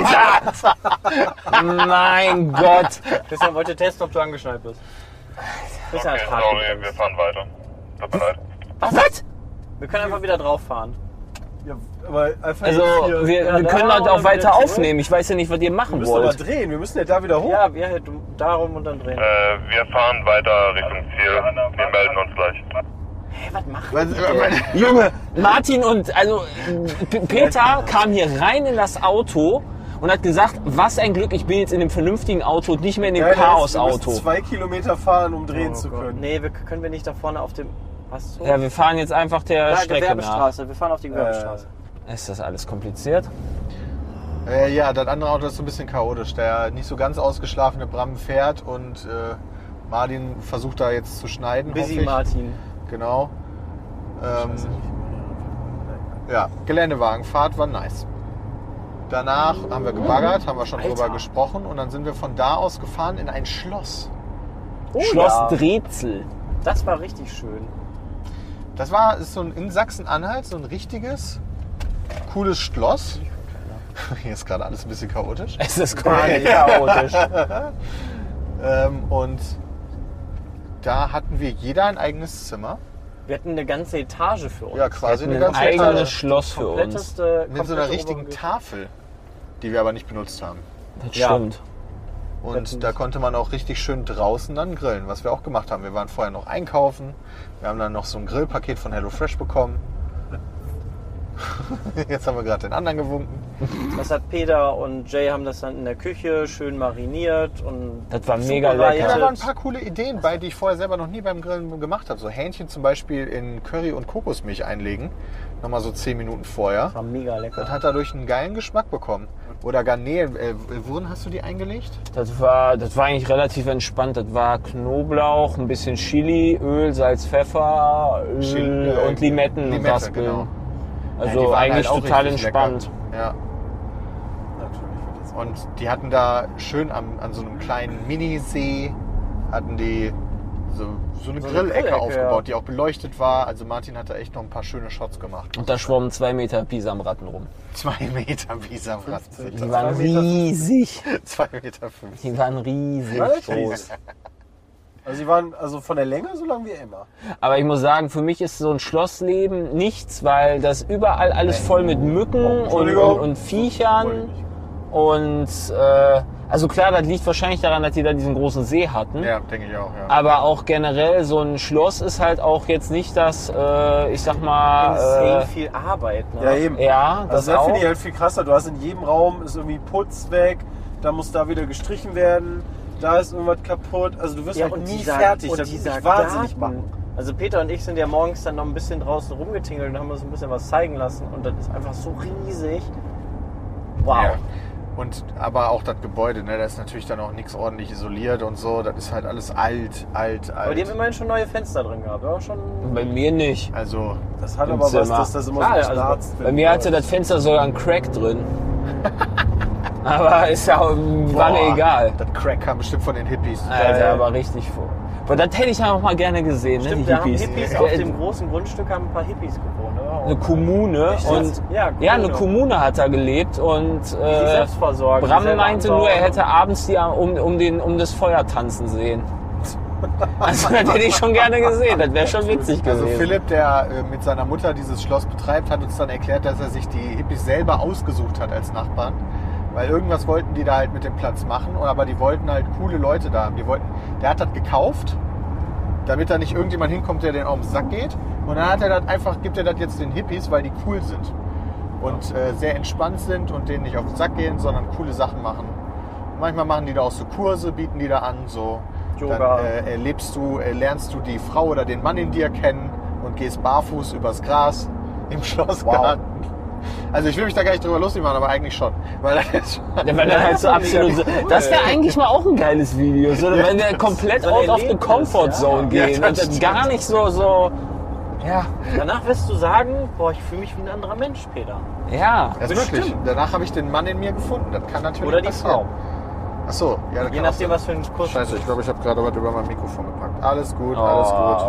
[SPEAKER 2] mein Gott.
[SPEAKER 4] Christian wollte testen, ob du angeschnallt bist. Christian hat hart
[SPEAKER 6] Sorry,
[SPEAKER 4] gebremst.
[SPEAKER 6] wir fahren weiter. Tut mir leid.
[SPEAKER 2] Was?
[SPEAKER 4] Wir können einfach wieder drauf fahren.
[SPEAKER 5] Ja, aber einfach
[SPEAKER 2] Also
[SPEAKER 5] jetzt hier.
[SPEAKER 2] wir
[SPEAKER 4] Ja,
[SPEAKER 2] können
[SPEAKER 4] da
[SPEAKER 2] halt auch
[SPEAKER 4] oder
[SPEAKER 2] weiter
[SPEAKER 4] wieder zurück.
[SPEAKER 2] aufnehmen. Ich weiß ja nicht, was ihr
[SPEAKER 5] wir
[SPEAKER 2] machen
[SPEAKER 5] müssen aber
[SPEAKER 2] wollt.
[SPEAKER 5] drehen. Wir müssen ja da wieder hoch.
[SPEAKER 4] Ja, du darum und dann drehen.
[SPEAKER 6] Wir fahren weiter Richtung Ziel. Wir melden uns gleich.
[SPEAKER 4] Hey, was machen
[SPEAKER 3] Was,
[SPEAKER 4] die denn?
[SPEAKER 2] Junge, Martin und also Peter kam hier rein in das Auto und hat gesagt, was ein Glück, ich bin jetzt in dem vernünftigen Auto und nicht mehr in dem
[SPEAKER 5] Ja, wir
[SPEAKER 2] Chaos-Auto.
[SPEAKER 5] müssen 2 Kilometer fahren, um drehen zu können.
[SPEAKER 4] Nee, können wir nicht da vorne auf dem... Was so?
[SPEAKER 2] Ja, wir fahren jetzt einfach der
[SPEAKER 4] Ja,
[SPEAKER 2] Strecke nach.
[SPEAKER 4] Gewerbestraße. Wir fahren auf die Gewerbestraße.
[SPEAKER 2] Ist das alles kompliziert?
[SPEAKER 3] ja, das andere Auto ist so ein bisschen chaotisch. Der nicht so ganz ausgeschlafene Bram fährt und Martin versucht da jetzt zu schneiden. hoffe
[SPEAKER 4] Busy
[SPEAKER 3] ich.
[SPEAKER 4] Martin.
[SPEAKER 3] Genau. Ja, Geländewagenfahrt war nice. Danach haben wir gebaggert, haben wir schon drüber gesprochen und dann sind wir von da aus gefahren in ein Schloss.
[SPEAKER 4] Oh,
[SPEAKER 2] Schloss
[SPEAKER 4] ja.
[SPEAKER 2] Drezel.
[SPEAKER 4] Das war richtig schön.
[SPEAKER 3] Das ist so in Sachsen-Anhalt so ein richtiges, cooles Schloss. Hier ist gerade alles ein bisschen chaotisch.
[SPEAKER 2] Es ist komplett chaotisch.
[SPEAKER 3] Und da hatten wir jeder ein eigenes Zimmer.
[SPEAKER 4] Wir hatten eine ganze Etage für uns.
[SPEAKER 3] Ja, quasi
[SPEAKER 2] Ein
[SPEAKER 3] eine ganze
[SPEAKER 2] eigenes
[SPEAKER 3] Etage.
[SPEAKER 2] Schloss für uns.
[SPEAKER 3] Mit so einer
[SPEAKER 4] komplette
[SPEAKER 3] richtigen
[SPEAKER 4] Oberfläche.
[SPEAKER 3] Tafel, die wir aber nicht benutzt haben.
[SPEAKER 2] Das
[SPEAKER 4] Ja.
[SPEAKER 2] stimmt.
[SPEAKER 3] Und da konnte man auch richtig schön draußen dann grillen, was wir auch gemacht haben. Wir waren vorher noch einkaufen. Wir haben dann noch so ein Grillpaket von HelloFresh bekommen. Jetzt haben wir gerade den anderen gewunken.
[SPEAKER 4] Das hat Peter und Jay haben das dann in der Küche schön mariniert und
[SPEAKER 2] Das war mega
[SPEAKER 4] zubereitet.
[SPEAKER 3] Ja,
[SPEAKER 2] lecker.
[SPEAKER 3] da waren ein paar coole Ideen bei, die ich vorher selber noch nie beim Grillen gemacht habe. So Hähnchen zum Beispiel in Curry und Kokosmilch einlegen. Nochmal so 10 Minuten vorher.
[SPEAKER 4] Das war mega lecker.
[SPEAKER 3] Das hat dadurch einen geilen Geschmack bekommen. Oder Garnelen. Worin hast du die eingelegt?
[SPEAKER 2] Das war eigentlich relativ entspannt. Das war Knoblauch, ein bisschen Chili, Öl, Salz, Pfeffer, Öl und Limetten
[SPEAKER 3] Limette,
[SPEAKER 2] raspeln.
[SPEAKER 3] genau.
[SPEAKER 2] Also
[SPEAKER 3] Ja, die waren
[SPEAKER 2] eigentlich
[SPEAKER 3] halt auch
[SPEAKER 2] total
[SPEAKER 3] richtig
[SPEAKER 2] entspannt.
[SPEAKER 3] lecker. Ja.
[SPEAKER 5] Natürlich.
[SPEAKER 3] Und die hatten da schön an so einem kleinen Minisee, hatten die so eine Grillecke
[SPEAKER 4] Grillecke,
[SPEAKER 3] aufgebaut,
[SPEAKER 4] ja.
[SPEAKER 3] die auch beleuchtet war. Also Martin hat da echt noch ein paar schöne Shots gemacht.
[SPEAKER 2] Und da schwommen 2 Meter Bisamratten rum.
[SPEAKER 3] 2 Meter Bisamratten.
[SPEAKER 2] Die waren riesig.
[SPEAKER 3] 2,50 Meter.
[SPEAKER 2] Die waren riesig
[SPEAKER 5] War echt
[SPEAKER 2] groß.
[SPEAKER 5] riesig. Also sie waren von der Länge so lang wie immer.
[SPEAKER 2] Aber ich muss sagen, für mich ist so ein Schlossleben nichts, weil das überall alles voll mit Mücken und Viechern. Und also klar, das liegt wahrscheinlich daran, dass die da diesen großen See hatten.
[SPEAKER 3] Ja, denke ich auch, ja.
[SPEAKER 2] Aber auch generell, so ein Schloss ist halt auch jetzt nicht das, ich sag mal,
[SPEAKER 4] Insane viel Arbeit. Ne?
[SPEAKER 5] Ja, eben.
[SPEAKER 2] ja, das
[SPEAKER 5] Also das
[SPEAKER 2] auch.
[SPEAKER 5] finde ich halt viel krasser. Du hast in jedem Raum ist irgendwie Putz weg, da muss da wieder gestrichen werden, da ist irgendwas kaputt. Also du wirst halt nie fertig. Das
[SPEAKER 4] dieser
[SPEAKER 5] wird mich wahnsinnig
[SPEAKER 4] Garten.
[SPEAKER 5] machen.
[SPEAKER 4] Also Peter und ich sind ja morgens dann noch ein bisschen draußen rumgetingelt und haben uns ein bisschen was zeigen lassen und das ist einfach so riesig. Wow.
[SPEAKER 3] Ja. Und aber auch das Gebäude, ne, da ist natürlich dann auch nichts ordentlich isoliert und so. Das ist halt alles alt.
[SPEAKER 4] Aber die haben immerhin schon neue Fenster drin gehabt. Ja, schon.
[SPEAKER 2] Bei mir nicht.
[SPEAKER 3] Also,
[SPEAKER 5] Das hat
[SPEAKER 2] Im
[SPEAKER 5] aber was,
[SPEAKER 2] Zimmer.
[SPEAKER 5] dass das immer
[SPEAKER 4] Klar,
[SPEAKER 5] so
[SPEAKER 4] also
[SPEAKER 5] knarzt.
[SPEAKER 2] Bei mir hatte das Fenster sogar einen Crack drin. Aber ist ja, war mir egal.
[SPEAKER 3] Das Crack kam bestimmt von den Hippies.
[SPEAKER 2] Alter, aber richtig vor. Aber das hätte ich auch mal gerne gesehen,
[SPEAKER 4] Stimmt,
[SPEAKER 2] ne,
[SPEAKER 4] da
[SPEAKER 2] die
[SPEAKER 4] haben
[SPEAKER 2] Hippies.
[SPEAKER 4] Hippies auf dem großen Grundstück haben ein paar Hippies gewohnt. Oder?
[SPEAKER 2] Eine Kommune und
[SPEAKER 4] Ja,
[SPEAKER 2] ja, eine Kommune hat da gelebt und
[SPEAKER 4] Die Selbstversorgung.
[SPEAKER 2] Bram
[SPEAKER 4] selber
[SPEAKER 2] meinte
[SPEAKER 4] anbauen.
[SPEAKER 2] nur, er hätte abends die um das Feuer tanzen sehen. Also das hätte ich schon gerne gesehen, das wäre schon witzig
[SPEAKER 3] Also
[SPEAKER 2] gewesen.
[SPEAKER 3] Philipp, der mit seiner Mutter dieses Schloss betreibt, hat uns dann erklärt, dass er sich die Hippies selber ausgesucht hat als Nachbarn. Weil irgendwas wollten die da halt mit dem Platz machen, aber die wollten halt coole Leute da haben. Der hat das gekauft, damit da nicht irgendjemand hinkommt, der denen auf den Sack geht. Und dann hat er das gibt er das jetzt den Hippies, weil die cool sind. Und sehr entspannt sind und denen nicht auf den Sack gehen, sondern coole Sachen machen. Und manchmal machen die da auch so Kurse, bieten die da an, so.
[SPEAKER 4] Yoga.
[SPEAKER 3] Dann lernst du die Frau oder den Mann in dir kennen und gehst barfuß übers Gras im Schlossgarten. Also ich will mich da gar nicht drüber lustig machen, aber eigentlich schon. Weil das ist
[SPEAKER 2] Ja, weil dann halt so absolut so, das wäre eigentlich mal auch ein geiles Video, so, wenn wir komplett
[SPEAKER 4] So ein
[SPEAKER 2] out of the
[SPEAKER 4] Erlebnis,
[SPEAKER 2] comfort zone
[SPEAKER 3] ja.
[SPEAKER 2] gehen
[SPEAKER 3] Ja,
[SPEAKER 2] und
[SPEAKER 3] das
[SPEAKER 2] dann
[SPEAKER 3] stimmt.
[SPEAKER 2] gar nicht so, ja,
[SPEAKER 4] Danach wirst du sagen, boah, ich fühle mich wie ein anderer Mensch, Peter.
[SPEAKER 2] ja.
[SPEAKER 3] also wirklich. Danach habe ich den Mann in mir gefunden. Das kann natürlich
[SPEAKER 4] Oder die
[SPEAKER 3] passieren.
[SPEAKER 4] Frau.
[SPEAKER 3] Ach so, ja, das
[SPEAKER 4] Je
[SPEAKER 3] kann auch
[SPEAKER 4] nachdem,
[SPEAKER 3] sein.
[SPEAKER 4] was für ein Kurs.
[SPEAKER 3] Scheiße, ich glaube, ich habe gerade was über mein Mikrofon gepackt. Alles gut,
[SPEAKER 2] Oh.
[SPEAKER 3] alles gut.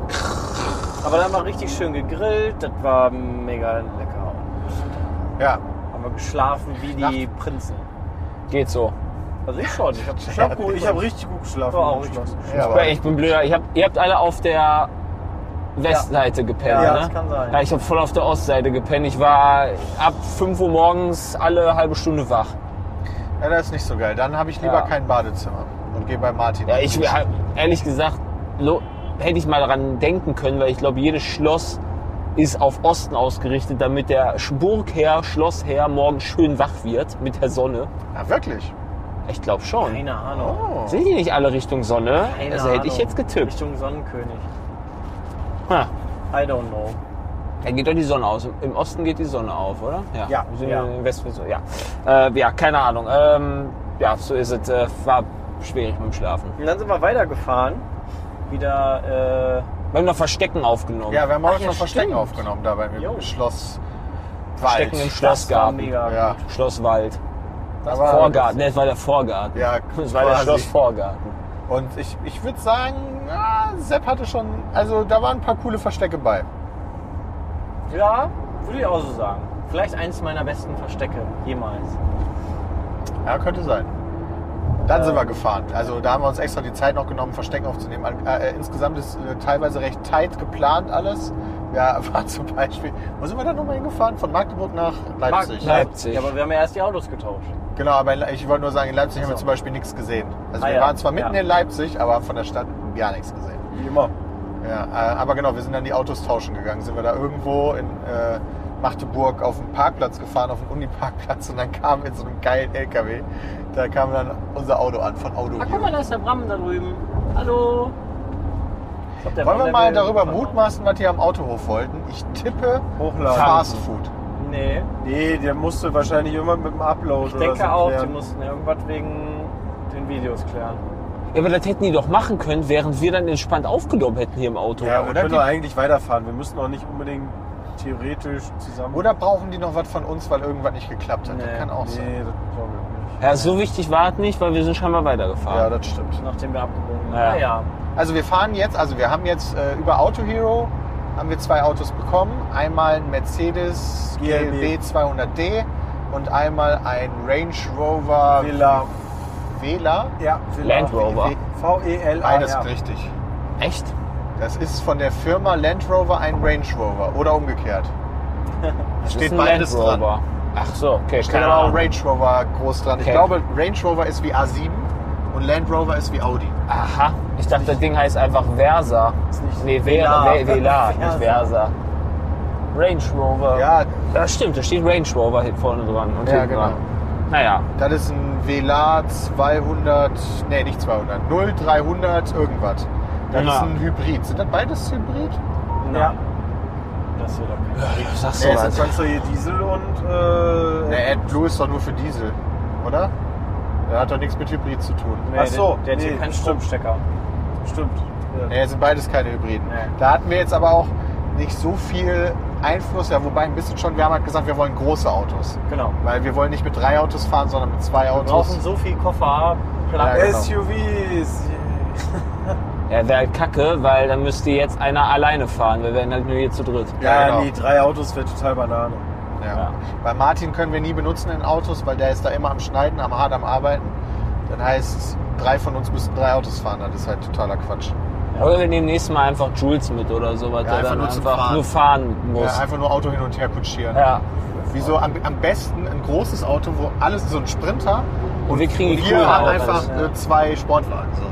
[SPEAKER 4] Aber dann haben wir richtig schön gegrillt, das war mega lecker.
[SPEAKER 3] Ja,
[SPEAKER 4] Haben wir geschlafen wie die Prinzen.
[SPEAKER 2] Geht so.
[SPEAKER 4] Also ich schon. Ich
[SPEAKER 5] Ich habe richtig gut geschlafen.
[SPEAKER 4] War auch
[SPEAKER 5] im
[SPEAKER 4] richtig
[SPEAKER 5] Schloss.
[SPEAKER 4] gut.
[SPEAKER 3] ja aber
[SPEAKER 2] Ich bin blöder. Ihr habt alle auf der Westseite gepennt,
[SPEAKER 4] Ja,
[SPEAKER 2] ne?
[SPEAKER 4] das kann sein.
[SPEAKER 2] Ja, ich habe voll auf der Ostseite gepennt. Ich war ab 5 Uhr morgens alle halbe Stunde wach.
[SPEAKER 3] ja, das ist nicht so geil. Dann habe ich lieber
[SPEAKER 2] Ja.
[SPEAKER 3] kein Badezimmer und gehe bei Martin.
[SPEAKER 2] Ja, ehrlich gesagt, hätte ich mal daran denken können, weil ich glaube, jedes Schloss ist auf Osten ausgerichtet, damit der Burgherr, Schlossherr morgen schön wach wird mit der Sonne.
[SPEAKER 3] Ja, wirklich?
[SPEAKER 2] Ich glaube schon.
[SPEAKER 4] Keine Ahnung.
[SPEAKER 3] Oh.
[SPEAKER 2] Sind die nicht alle Richtung Sonne?
[SPEAKER 4] Keine
[SPEAKER 2] Also hätte ich
[SPEAKER 4] Ahnung.
[SPEAKER 2] jetzt getippt.
[SPEAKER 4] Richtung Sonnenkönig.
[SPEAKER 2] Ha.
[SPEAKER 4] I don't know.
[SPEAKER 2] Da geht doch die Sonne aus. Im Osten geht die Sonne auf, oder?
[SPEAKER 5] Ja.
[SPEAKER 2] Wir sind
[SPEAKER 4] Ja.
[SPEAKER 2] Im Westen so, ja. Ja, keine Ahnung. Ja, so ist es. War schwierig mit dem Schlafen.
[SPEAKER 4] Und dann sind wir weitergefahren. Wieder,
[SPEAKER 2] Wir haben noch Verstecken aufgenommen.
[SPEAKER 3] Ja, wir haben auch
[SPEAKER 4] Ach ja,
[SPEAKER 3] noch Verstecken
[SPEAKER 4] stimmt.
[SPEAKER 3] aufgenommen da beim
[SPEAKER 4] Jo.
[SPEAKER 3] Schloss
[SPEAKER 2] Verstecken im
[SPEAKER 3] Wald.
[SPEAKER 4] das war
[SPEAKER 2] Schlossgarten.
[SPEAKER 4] mega
[SPEAKER 3] Ja.
[SPEAKER 4] gut.
[SPEAKER 2] Schlosswald.
[SPEAKER 3] Das war-
[SPEAKER 2] Vorgarten. Ne, das war der Vorgarten.
[SPEAKER 3] Ja,
[SPEAKER 2] Das war der
[SPEAKER 3] quasi.
[SPEAKER 2] Schlossvorgarten.
[SPEAKER 3] Und ich würde sagen, ja, Sepp hatte schon, also da waren ein paar coole Verstecke bei.
[SPEAKER 4] Ja, würde ich auch so sagen. Vielleicht eins meiner besten Verstecke jemals.
[SPEAKER 3] Ja, könnte sein. Dann sind wir gefahren. Also da haben wir uns extra die Zeit noch genommen, Versteck aufzunehmen. Insgesamt ist teilweise recht tight geplant alles. Ja, war zum Beispiel, wo sind wir da nochmal hingefahren? Von Magdeburg nach Leipzig.
[SPEAKER 2] Leipzig.
[SPEAKER 4] Ja, aber wir haben ja erst die Autos getauscht.
[SPEAKER 3] Genau, aber ich wollte nur sagen, in Leipzig haben wir zum Beispiel nichts gesehen. Also wir waren zwar mitten in Leipzig, aber haben von der Stadt gar nichts gesehen.
[SPEAKER 5] Wie immer.
[SPEAKER 3] Ja, aber genau, wir sind dann die Autos tauschen gegangen. Sind wir da irgendwo in Magdeburg auf dem Parkplatz gefahren, auf dem Uniparkplatz, und dann kam in so einem geilen LKW, da kam dann unser Auto an von Auto.
[SPEAKER 4] Ah, guck mal, da ist der Bram da drüben. Hallo. Ich glaub,
[SPEAKER 3] Wollen wir mal darüber mutmaßen, was die am Autohof wollten? Ich tippe
[SPEAKER 5] Hochladen.
[SPEAKER 3] Fast Food.
[SPEAKER 4] Nee.
[SPEAKER 5] Nee, der musste wahrscheinlich irgendwann mit dem Upload
[SPEAKER 4] Ich
[SPEAKER 5] oder
[SPEAKER 4] denke
[SPEAKER 5] so
[SPEAKER 4] auch,
[SPEAKER 5] klären.
[SPEAKER 4] die mussten irgendwas wegen den Videos klären.
[SPEAKER 2] Ja, aber das hätten die doch machen können, während wir dann entspannt aufgenommen hätten hier im Auto.
[SPEAKER 5] Ja, wir
[SPEAKER 3] oder
[SPEAKER 5] können
[SPEAKER 3] die-
[SPEAKER 5] doch eigentlich weiterfahren. Wir müssen auch nicht unbedingt theoretisch zusammen...
[SPEAKER 3] Oder brauchen die noch was von uns, weil irgendwas nicht geklappt hat?
[SPEAKER 4] Nee.
[SPEAKER 3] Das kann auch sein.
[SPEAKER 5] Nee, das brauchen wir nicht.
[SPEAKER 2] Ja, so wichtig war es nicht, weil wir sind scheinbar
[SPEAKER 3] Ja,
[SPEAKER 2] weitergefahren.
[SPEAKER 3] das stimmt.
[SPEAKER 4] Nachdem wir abgebogen sind.
[SPEAKER 2] Ja.
[SPEAKER 4] Naja.
[SPEAKER 3] Also wir fahren jetzt, wir haben jetzt über Auto Hero haben wir 2 Autos bekommen. Einmal ein Mercedes GLB 200D und einmal ein Range Rover Vela.
[SPEAKER 5] Ja,
[SPEAKER 2] Land Rover.
[SPEAKER 5] V-E-L-A.
[SPEAKER 3] Beides richtig.
[SPEAKER 2] Echt?
[SPEAKER 3] Das ist von der Firma Land Rover ein Range Rover oder umgekehrt.
[SPEAKER 2] Das
[SPEAKER 3] Steht
[SPEAKER 2] ist ein
[SPEAKER 3] beides
[SPEAKER 2] Land
[SPEAKER 3] dran.
[SPEAKER 2] Rover. Ach so, okay.
[SPEAKER 3] Steht
[SPEAKER 2] keine
[SPEAKER 3] aber auch
[SPEAKER 2] Ahnung.
[SPEAKER 3] Range Rover groß dran. Ich
[SPEAKER 2] Okay.
[SPEAKER 3] glaube, Range Rover ist wie A7 und Land Rover ist wie Audi.
[SPEAKER 2] Aha, ich dachte, das Ding heißt einfach Versa.
[SPEAKER 5] nicht
[SPEAKER 2] Nee,
[SPEAKER 4] Velar.
[SPEAKER 2] Velar, nicht Versa. Range Rover.
[SPEAKER 3] Ja,
[SPEAKER 2] Das stimmt, da steht Range Rover hier vorne dran und
[SPEAKER 3] Ja,
[SPEAKER 2] hinten
[SPEAKER 3] genau.
[SPEAKER 2] dran. Naja,
[SPEAKER 3] das ist ein Velar 200, nee, nicht 200, 0300 irgendwas. Das
[SPEAKER 2] Ja.
[SPEAKER 3] ist ein Hybrid. Sind das beides Hybrid?
[SPEAKER 5] Ja.
[SPEAKER 4] Das hier doch kein
[SPEAKER 2] was sagst
[SPEAKER 3] Nee,
[SPEAKER 2] du
[SPEAKER 3] es
[SPEAKER 2] was?
[SPEAKER 3] ist
[SPEAKER 5] Kannst du hier Diesel und...
[SPEAKER 3] Der AdBlue ist doch nur für Diesel, oder? Der hat doch nichts mit Hybrid zu tun.
[SPEAKER 4] Nee,
[SPEAKER 5] Ach so,
[SPEAKER 4] der hat hier
[SPEAKER 5] nee,
[SPEAKER 4] keinen
[SPEAKER 5] stimmt.
[SPEAKER 4] Stromstecker.
[SPEAKER 5] Stimmt. Ja.
[SPEAKER 3] Nee, sind beides keine Hybriden.
[SPEAKER 4] Nee.
[SPEAKER 3] Da hatten wir jetzt aber auch nicht so viel Einfluss, ja, wobei ein bisschen schon. Wir haben halt gesagt, wir wollen große Autos.
[SPEAKER 4] Genau.
[SPEAKER 3] Weil wir wollen nicht mit 3 Autos fahren, sondern mit 2
[SPEAKER 4] Wir
[SPEAKER 3] Autos.
[SPEAKER 4] brauchen so viel Kofferplatz.
[SPEAKER 3] Ja, genau.
[SPEAKER 5] SUVs.
[SPEAKER 2] Ja, wäre halt kacke, weil dann müsste jetzt einer alleine fahren. Wir wären halt nur hier zu dritt.
[SPEAKER 3] Ja, genau.
[SPEAKER 5] Nee, 3 Autos wäre total Banane.
[SPEAKER 3] Ja.
[SPEAKER 2] Ja.
[SPEAKER 3] Bei Martin können wir nie benutzen in Autos, weil der ist da immer am Schneiden, hart am Arbeiten. Dann heißt, 3 von uns müssten 3 Autos fahren. Das ist halt totaler Quatsch.
[SPEAKER 2] Oder wir nehmen nächstes Mal einfach Jules mit oder sowas,
[SPEAKER 3] Ja,
[SPEAKER 2] der
[SPEAKER 3] einfach
[SPEAKER 2] dann
[SPEAKER 3] nur zum
[SPEAKER 2] einfach
[SPEAKER 3] Fahren.
[SPEAKER 2] nur fahren muss.
[SPEAKER 3] Ja, einfach nur Auto hin und her kutschieren.
[SPEAKER 2] Ja.
[SPEAKER 3] Wieso am besten ein großes Auto, wo alles so ein Sprinter
[SPEAKER 2] Und wir kriegen die
[SPEAKER 3] wir
[SPEAKER 2] coolen
[SPEAKER 3] haben
[SPEAKER 2] Autos,
[SPEAKER 3] einfach
[SPEAKER 2] ja.
[SPEAKER 3] 2 Sportwagen. So.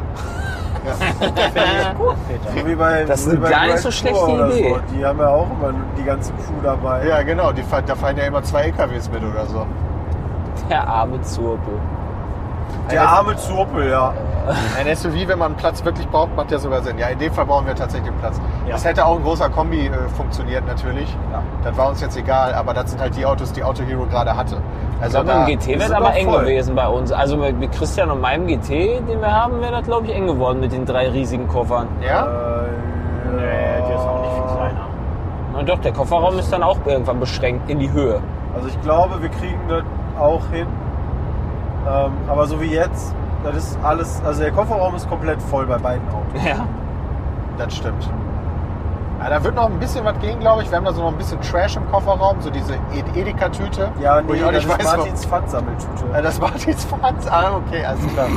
[SPEAKER 5] So wie bei,
[SPEAKER 2] Das ist
[SPEAKER 5] so wie bei
[SPEAKER 2] gar nicht
[SPEAKER 5] Grand
[SPEAKER 2] so schlechte
[SPEAKER 5] Tour oder
[SPEAKER 2] Idee.
[SPEAKER 5] So. Die haben ja auch immer die ganze Crew dabei.
[SPEAKER 3] Ja, genau. Da fahren ja immer 2 LKWs mit oder so.
[SPEAKER 2] Der arme Zurpel.
[SPEAKER 5] Der arme Zurpel, ja.
[SPEAKER 3] Ein SUV, wenn man einen Platz wirklich braucht, macht ja sogar Sinn. Ja, in dem Fall brauchen wir tatsächlich einen Platz.
[SPEAKER 4] Ja.
[SPEAKER 3] Das hätte auch ein großer Kombi funktioniert natürlich.
[SPEAKER 4] Ja.
[SPEAKER 3] Das war uns jetzt egal, aber das sind halt die Autos, die Auto Hero gerade hatte.
[SPEAKER 2] Ich
[SPEAKER 3] Also
[SPEAKER 2] glaube, im GT wäre es
[SPEAKER 5] sind
[SPEAKER 2] aber
[SPEAKER 5] noch
[SPEAKER 2] eng
[SPEAKER 5] voll.
[SPEAKER 2] gewesen bei uns. Also mit Christian und meinem GT, den wir haben, wäre das, glaube ich, eng geworden mit den 3 riesigen Koffern.
[SPEAKER 3] Ja?
[SPEAKER 4] Nee, der ist auch nicht viel kleiner.
[SPEAKER 2] Na doch, der Kofferraum ist dann auch irgendwann beschränkt in die Höhe.
[SPEAKER 5] Also ich glaube, wir kriegen das auch hin. Aber so wie jetzt, das ist alles, also der Kofferraum ist komplett voll bei beiden Autos.
[SPEAKER 2] Ja.
[SPEAKER 3] Das stimmt. Ja, da wird noch ein bisschen was gehen, glaube ich. Wir haben da so noch ein bisschen Trash im Kofferraum, so diese Edeka-Tüte.
[SPEAKER 5] Ja,
[SPEAKER 3] wo
[SPEAKER 5] nee,
[SPEAKER 3] ich auch
[SPEAKER 5] das
[SPEAKER 3] nicht
[SPEAKER 5] ist
[SPEAKER 3] weiß,
[SPEAKER 5] Martins Pfandsammeltüte.
[SPEAKER 3] das Martins Pfand. Ah, okay, alles klar.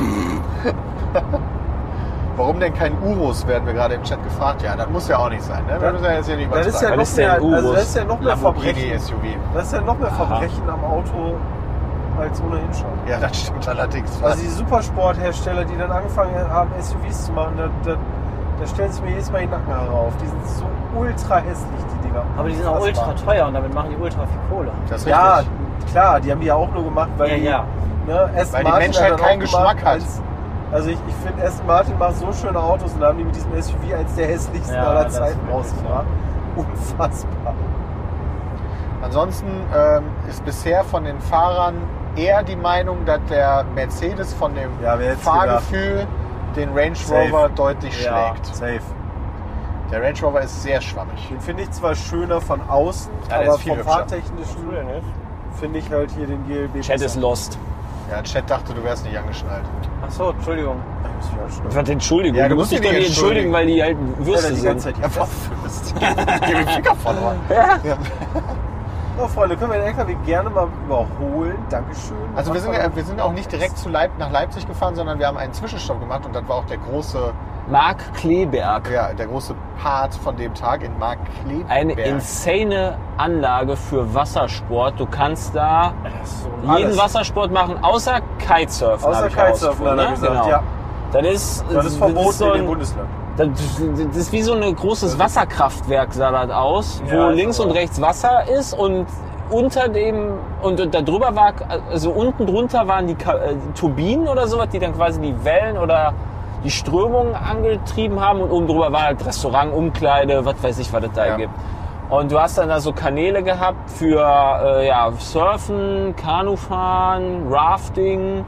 [SPEAKER 3] Warum denn kein Urus, werden wir gerade im Chat gefragt. Ja, das muss ja auch nicht sein. Ne? Wir müssen ja jetzt hier nicht
[SPEAKER 5] Das ist ja
[SPEAKER 3] übertreiben.
[SPEAKER 5] noch
[SPEAKER 2] ist denn
[SPEAKER 5] mehr,
[SPEAKER 2] Urus?
[SPEAKER 5] also das ist ja noch mehr
[SPEAKER 3] Lamborghini
[SPEAKER 5] Verbrechen.
[SPEAKER 3] SUV.
[SPEAKER 5] Das ist ja noch mehr
[SPEAKER 2] Aha.
[SPEAKER 5] Verbrechen am Auto als ohnehin schon.
[SPEAKER 3] Ja, das stimmt allerdings.
[SPEAKER 5] Also die Supersporthersteller, die dann angefangen haben, SUVs zu machen, da stellen sie mir jedes Mal die Nacken herauf. Die sind so ultra hässlich, die Dinger.
[SPEAKER 4] Aber die sind auch ultra teuer und damit machen die ultra viel Kohle.
[SPEAKER 3] Das ist
[SPEAKER 5] Ja,
[SPEAKER 3] richtig.
[SPEAKER 5] klar, die haben die ja auch nur gemacht, weil,
[SPEAKER 4] Ja,
[SPEAKER 5] die, ne, Aston
[SPEAKER 3] Weil die
[SPEAKER 5] Martin
[SPEAKER 3] Menschheit
[SPEAKER 5] hat dann
[SPEAKER 3] keinen
[SPEAKER 5] auch gemacht
[SPEAKER 3] Geschmack hat.
[SPEAKER 5] Also ich finde, Aston Martin macht so schöne Autos und da haben die mit diesem SUV eins der hässlichsten
[SPEAKER 4] Ja,
[SPEAKER 5] aller
[SPEAKER 4] das
[SPEAKER 5] Zeiten
[SPEAKER 4] ist wirklich
[SPEAKER 5] rausgebracht. Unfassbar.
[SPEAKER 3] Ansonsten ist bisher von den Fahrern eher die Meinung, dass der Mercedes von dem
[SPEAKER 5] Ja, wer hätt's
[SPEAKER 3] Fahrgefühl den Range
[SPEAKER 5] Safe.
[SPEAKER 3] Rover deutlich
[SPEAKER 5] Ja,
[SPEAKER 3] schlägt.
[SPEAKER 5] safe.
[SPEAKER 3] Der Range Rover ist sehr schwammig.
[SPEAKER 5] Den finde ich zwar schöner von außen,
[SPEAKER 3] Ja, der
[SPEAKER 5] aber
[SPEAKER 3] ist viel
[SPEAKER 5] vom
[SPEAKER 3] hübscher.
[SPEAKER 5] Fahrtechnischen finde ich halt hier den GLB
[SPEAKER 2] Chat
[SPEAKER 5] besser.
[SPEAKER 2] ist lost.
[SPEAKER 3] Ja, Chat dachte, du wärst nicht angeschnallt.
[SPEAKER 4] Achso, Entschuldigung.
[SPEAKER 5] Ich muss mich anschnallen.
[SPEAKER 2] Was, Entschuldigung,
[SPEAKER 3] Ja,
[SPEAKER 2] du
[SPEAKER 3] du
[SPEAKER 2] musst dich
[SPEAKER 3] musst
[SPEAKER 2] doch
[SPEAKER 3] dich
[SPEAKER 2] nicht entschuldigen, weil die halt
[SPEAKER 5] Ja,
[SPEAKER 2] Würste
[SPEAKER 5] die
[SPEAKER 2] sind.
[SPEAKER 5] ganze Zeit
[SPEAKER 3] Ja,
[SPEAKER 5] die Fresse.
[SPEAKER 3] Angst. Ich hab den Finger verloren. Ja.
[SPEAKER 5] Oh, Freunde, können wir den LKW gerne mal überholen? Dankeschön.
[SPEAKER 3] Also wir sind auch nicht direkt nach Leipzig gefahren, sondern wir haben einen Zwischenstopp gemacht und das war auch der große
[SPEAKER 2] Markkleeberg.
[SPEAKER 3] Ja, der große Part von dem Tag in Markkleeberg.
[SPEAKER 2] Eine insane Anlage für Wassersport. Du kannst da jeden Wassersport machen, außer Kitesurfen.
[SPEAKER 5] Außer Kitesurfen, hat er gesagt,
[SPEAKER 2] genau.
[SPEAKER 5] ja.
[SPEAKER 2] Das ist
[SPEAKER 5] verboten
[SPEAKER 2] so
[SPEAKER 5] in dem Bundesland.
[SPEAKER 2] Das ist wie so ein großes Wasserkraftwerk, sah das aus, wo links und rechts Wasser ist und unter dem, und da drüber war, also unten drunter waren die Turbinen oder sowas, die dann quasi die Wellen oder die Strömungen angetrieben haben und oben drüber war halt Restaurant, Umkleide, was weiß ich, was es da gibt. Und du hast dann da so Kanäle gehabt für Surfen, Kanufahren, Rafting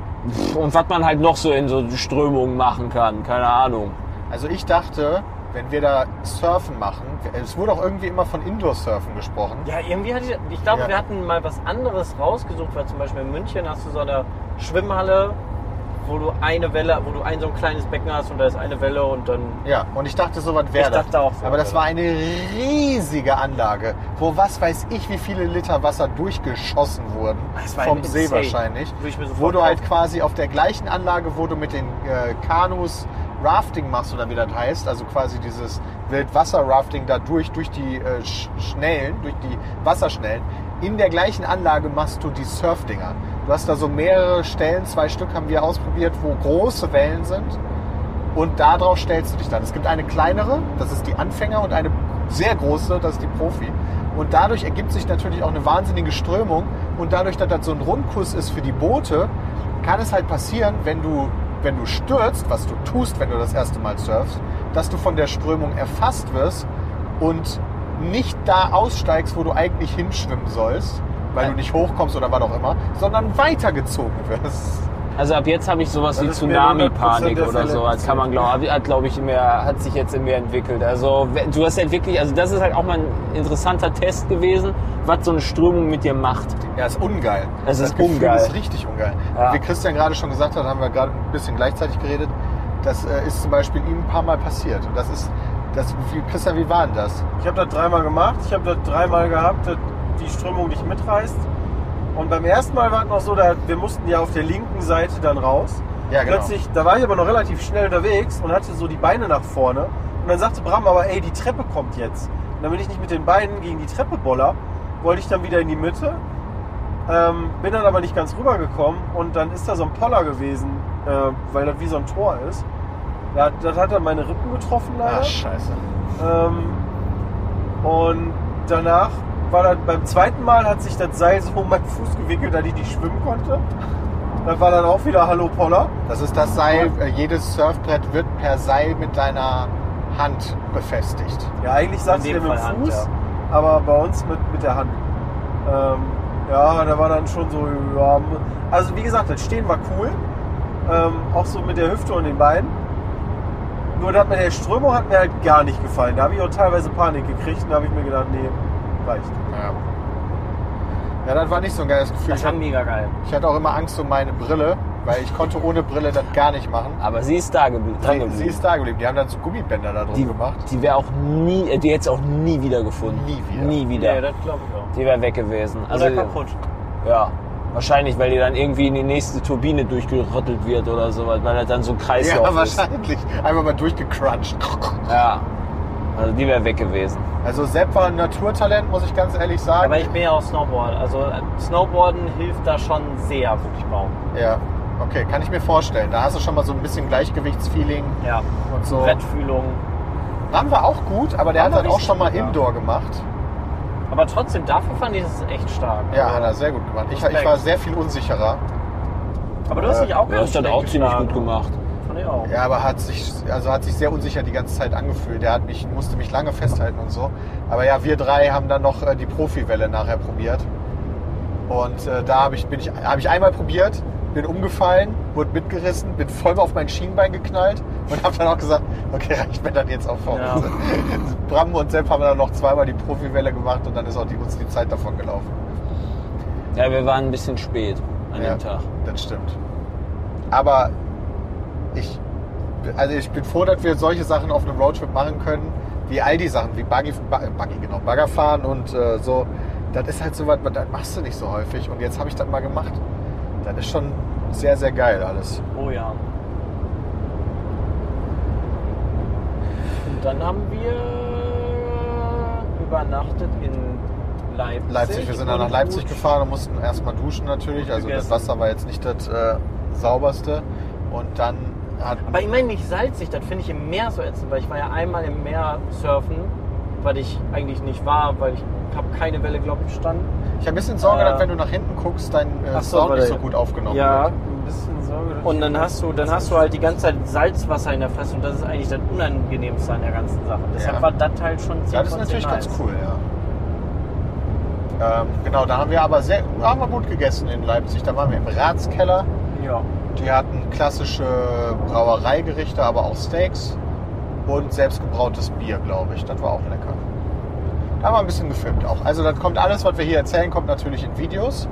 [SPEAKER 2] und was man halt noch so in so Strömungen machen kann, keine Ahnung.
[SPEAKER 3] Also ich dachte, wenn wir da Surfen machen, es wurde auch irgendwie immer von Indoor-Surfen gesprochen.
[SPEAKER 4] Ja, irgendwie ich glaube, wir hatten mal was anderes rausgesucht, weil zum Beispiel in München hast du so eine Schwimmhalle, wo du so ein kleines Becken hast und da ist eine Welle und dann...
[SPEAKER 3] Ja, und ich dachte, so was wäre das.
[SPEAKER 4] dachte auch so.
[SPEAKER 3] Aber das war eine riesige Anlage, wo was weiß ich, wie viele Liter Wasser durchgeschossen wurden. Vom See
[SPEAKER 4] insane.
[SPEAKER 3] wahrscheinlich.
[SPEAKER 4] Wo
[SPEAKER 3] du halt quasi auf der gleichen Anlage, wo du mit den Kanus Rafting machst oder wie das heißt, also quasi dieses Wildwasser-Rafting da durch die Schnellen, durch die Wasserschnellen. In der gleichen Anlage machst du die Surfdinger. Du hast da so mehrere Stellen, 2 Stück haben wir ausprobiert, wo große Wellen sind und darauf stellst du dich dann. Es gibt eine kleinere, das ist die Anfänger, und eine sehr große, das ist die Profi. Und dadurch ergibt sich natürlich auch eine wahnsinnige Strömung und dadurch, dass das so ein Rundkurs ist für die Boote, kann es halt passieren, wenn du stürzt, was du tust, wenn du das erste Mal surfst, dass du von der Strömung erfasst wirst und nicht da aussteigst, wo du eigentlich hinschwimmen sollst, weil du nicht hochkommst oder was auch immer, sondern weitergezogen wirst.
[SPEAKER 2] Also ab jetzt habe ich sowas wie Tsunami-Panik oder so. Das kann man hat sich jetzt in mir entwickelt. Also du hast halt wirklich, also das ist halt auch mal ein interessanter Test gewesen, was so eine Strömung mit dir macht.
[SPEAKER 3] Ja, ist ungeil.
[SPEAKER 2] Das
[SPEAKER 3] Gefühl
[SPEAKER 2] ungeil.
[SPEAKER 3] ist richtig ungeil.
[SPEAKER 2] Ja.
[SPEAKER 3] Wie Christian gerade schon gesagt hat, haben wir gerade ein bisschen gleichzeitig geredet. Das ist zum Beispiel ihm ein paar Mal passiert. Und Christian, wie war denn das?
[SPEAKER 5] Ich habe das 3-mal gemacht. Ich habe das 3-mal gehabt, dass die Strömung dich mitreißt. Und beim ersten Mal war es noch so, wir mussten ja auf der linken Seite dann raus.
[SPEAKER 3] Ja, genau.
[SPEAKER 5] Plötzlich, da war ich aber noch relativ schnell unterwegs und hatte so die Beine nach vorne. Und dann sagte Bram aber, ey, die Treppe kommt jetzt. Und damit ich nicht mit den Beinen gegen die Treppe boller, wollte ich dann wieder in die Mitte. Bin dann aber nicht ganz rübergekommen und dann ist da so ein Poller gewesen, weil das wie so ein Tor ist. Das hat dann meine Rippen getroffen leider.
[SPEAKER 3] Ach, scheiße.
[SPEAKER 5] Und danach beim zweiten Mal hat sich das Seil so um meinen Fuß gewickelt, dass ich nicht schwimmen konnte. Das war dann auch wieder Hallo Poller.
[SPEAKER 3] Das ist das Seil, jedes Surfbrett wird per Seil mit deiner Hand befestigt.
[SPEAKER 5] Ja, eigentlich sagst du ja mit dem
[SPEAKER 4] Hand,
[SPEAKER 5] Fuß,
[SPEAKER 4] ja.
[SPEAKER 5] aber bei uns mit der Hand. Da war dann schon so, ja, also wie gesagt, das Stehen war cool. Auch so mit der Hüfte und den Beinen. Nur das mit der Strömung hat mir halt gar nicht gefallen. Da habe ich auch teilweise Panik gekriegt und da habe ich mir gedacht, nee, reicht.
[SPEAKER 3] Ja, das war nicht so ein geiles Gefühl.
[SPEAKER 4] Das war mega geil.
[SPEAKER 3] Ich hatte auch immer Angst um meine Brille, weil ich konnte ohne Brille das gar nicht machen.
[SPEAKER 2] Aber sie ist da geblieben.
[SPEAKER 3] Sie ist da geblieben. Die haben dann so Gummibänder da drum gemacht.
[SPEAKER 2] Die wäre auch die hätte es auch nie wieder gefunden. Nie wieder.
[SPEAKER 4] Ja, das glaube ich auch.
[SPEAKER 2] Die wäre weg gewesen. Also
[SPEAKER 4] Oder kaputt.
[SPEAKER 2] Ja. Wahrscheinlich, weil die dann irgendwie in die nächste Turbine durchgerüttelt wird oder sowas, weil das dann so ein Kreislauf
[SPEAKER 3] Ja,
[SPEAKER 2] ist.
[SPEAKER 3] wahrscheinlich. Einfach mal durchgecrunched.
[SPEAKER 2] Ja. Also die wäre weg gewesen.
[SPEAKER 3] Also Sepp war ein Naturtalent, muss ich ganz ehrlich sagen.
[SPEAKER 4] Aber ich bin ja auch Snowboarder. Also Snowboarden hilft da schon sehr, würde ich behaupten.
[SPEAKER 3] Ja, okay, kann ich mir vorstellen. Da hast du schon mal so ein bisschen Gleichgewichtsfeeling
[SPEAKER 4] Ja.
[SPEAKER 3] und so.
[SPEAKER 4] Brettfühlung.
[SPEAKER 3] Ram war auch gut, aber der hat dann auch schon mal Indoor gemacht.
[SPEAKER 4] Aber trotzdem, dafür fand ich es echt stark.
[SPEAKER 3] Ja, hat er sehr gut gemacht. Ich war sehr viel unsicherer.
[SPEAKER 4] Aber du hast dich auch
[SPEAKER 2] Du hast das auch ziemlich gut gemacht.
[SPEAKER 4] Fand ich auch.
[SPEAKER 3] Ja, aber hat sich sehr unsicher die ganze Zeit angefühlt. Der musste mich lange festhalten und so. Aber ja, wir 3 haben dann noch die Profiwelle nachher probiert. Und da habe ich einmal probiert, bin umgefallen, wurde mitgerissen, bin voll auf mein Schienbein geknallt und habe dann auch gesagt, okay, reicht mir dann jetzt auch vor.
[SPEAKER 4] Ja.
[SPEAKER 3] Bram und Sepp haben dann noch 2-mal die Profiwelle gemacht und dann ist auch uns die Zeit davon gelaufen.
[SPEAKER 2] Ja, wir waren ein bisschen spät an dem Tag.
[SPEAKER 3] Das stimmt. Aber ich bin froh, dass wir solche Sachen auf einem Roadtrip machen können, wie all die Sachen, wie Bagger fahren und so. Das ist halt so was, das machst du nicht so häufig. Und jetzt habe ich das mal gemacht. Das ist schon sehr, sehr geil alles.
[SPEAKER 4] Oh ja. Und dann haben wir übernachtet in Leipzig.
[SPEAKER 3] Wir sind dann nach Leipzig gefahren und mussten erstmal duschen natürlich. Also das Wasser war jetzt nicht das sauberste. Und dann
[SPEAKER 4] aber ich meine nicht salzig, das finde ich im Meer so ätzend, weil ich war ja einmal im Meer surfen, weil ich eigentlich nicht war, weil ich habe keine Welle, glaube ich, gestanden.
[SPEAKER 3] Ich habe ein bisschen Sorge, dass wenn du nach hinten guckst, dein Sound nicht so gut aufgenommen wird.
[SPEAKER 5] Ein bisschen Sorge.
[SPEAKER 4] Und dann hast du halt die ganze Zeit Salzwasser in der Fresse und das ist eigentlich das Unangenehmste an der ganzen Sache. Deshalb war das halt schon ziemlich.
[SPEAKER 3] Ja, das ist natürlich ganz cool, ja. Genau, da haben wir aber haben wir gut gegessen in Leipzig. Da waren wir im Ratskeller.
[SPEAKER 4] Ja.
[SPEAKER 3] Die hatten klassische Brauereigerichte, aber auch Steaks und selbstgebrautes Bier, glaube ich. Das war auch lecker. Da haben wir ein bisschen gefilmt auch. Also das kommt alles, was wir hier erzählen, kommt natürlich in Videos.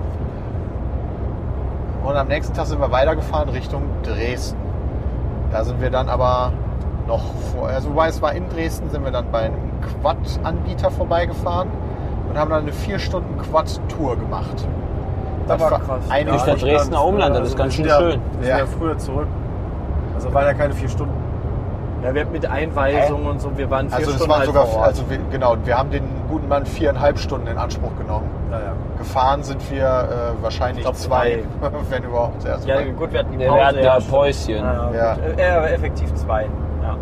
[SPEAKER 3] Und am nächsten Tag sind wir weitergefahren Richtung Dresden. Da sind wir dann aber noch wobei es war in Dresden, sind wir dann bei einem Quad-Anbieter vorbeigefahren und haben dann eine 4-Stunden-Quad-Tour gemacht.
[SPEAKER 5] Das war krass.
[SPEAKER 2] Durch das Dresdner Umland, das ist ganz schön schön.
[SPEAKER 5] Wir sind ja früher zurück. Also waren ja keine 4 Stunden.
[SPEAKER 4] Ja, wir hatten mit Einweisung und so, wir waren 4 Stunden
[SPEAKER 3] waren sogar,
[SPEAKER 4] vor Ort.
[SPEAKER 3] wir haben den guten Mann 4,5 Stunden in Anspruch genommen.
[SPEAKER 5] Ja.
[SPEAKER 3] Gefahren sind wir wahrscheinlich 2, wenn überhaupt.
[SPEAKER 4] Ja, gut, wir hatten die
[SPEAKER 2] Wir
[SPEAKER 4] Pause.
[SPEAKER 2] hatten ja Päuschen.
[SPEAKER 4] Ja. Aber effektiv 2. Ja.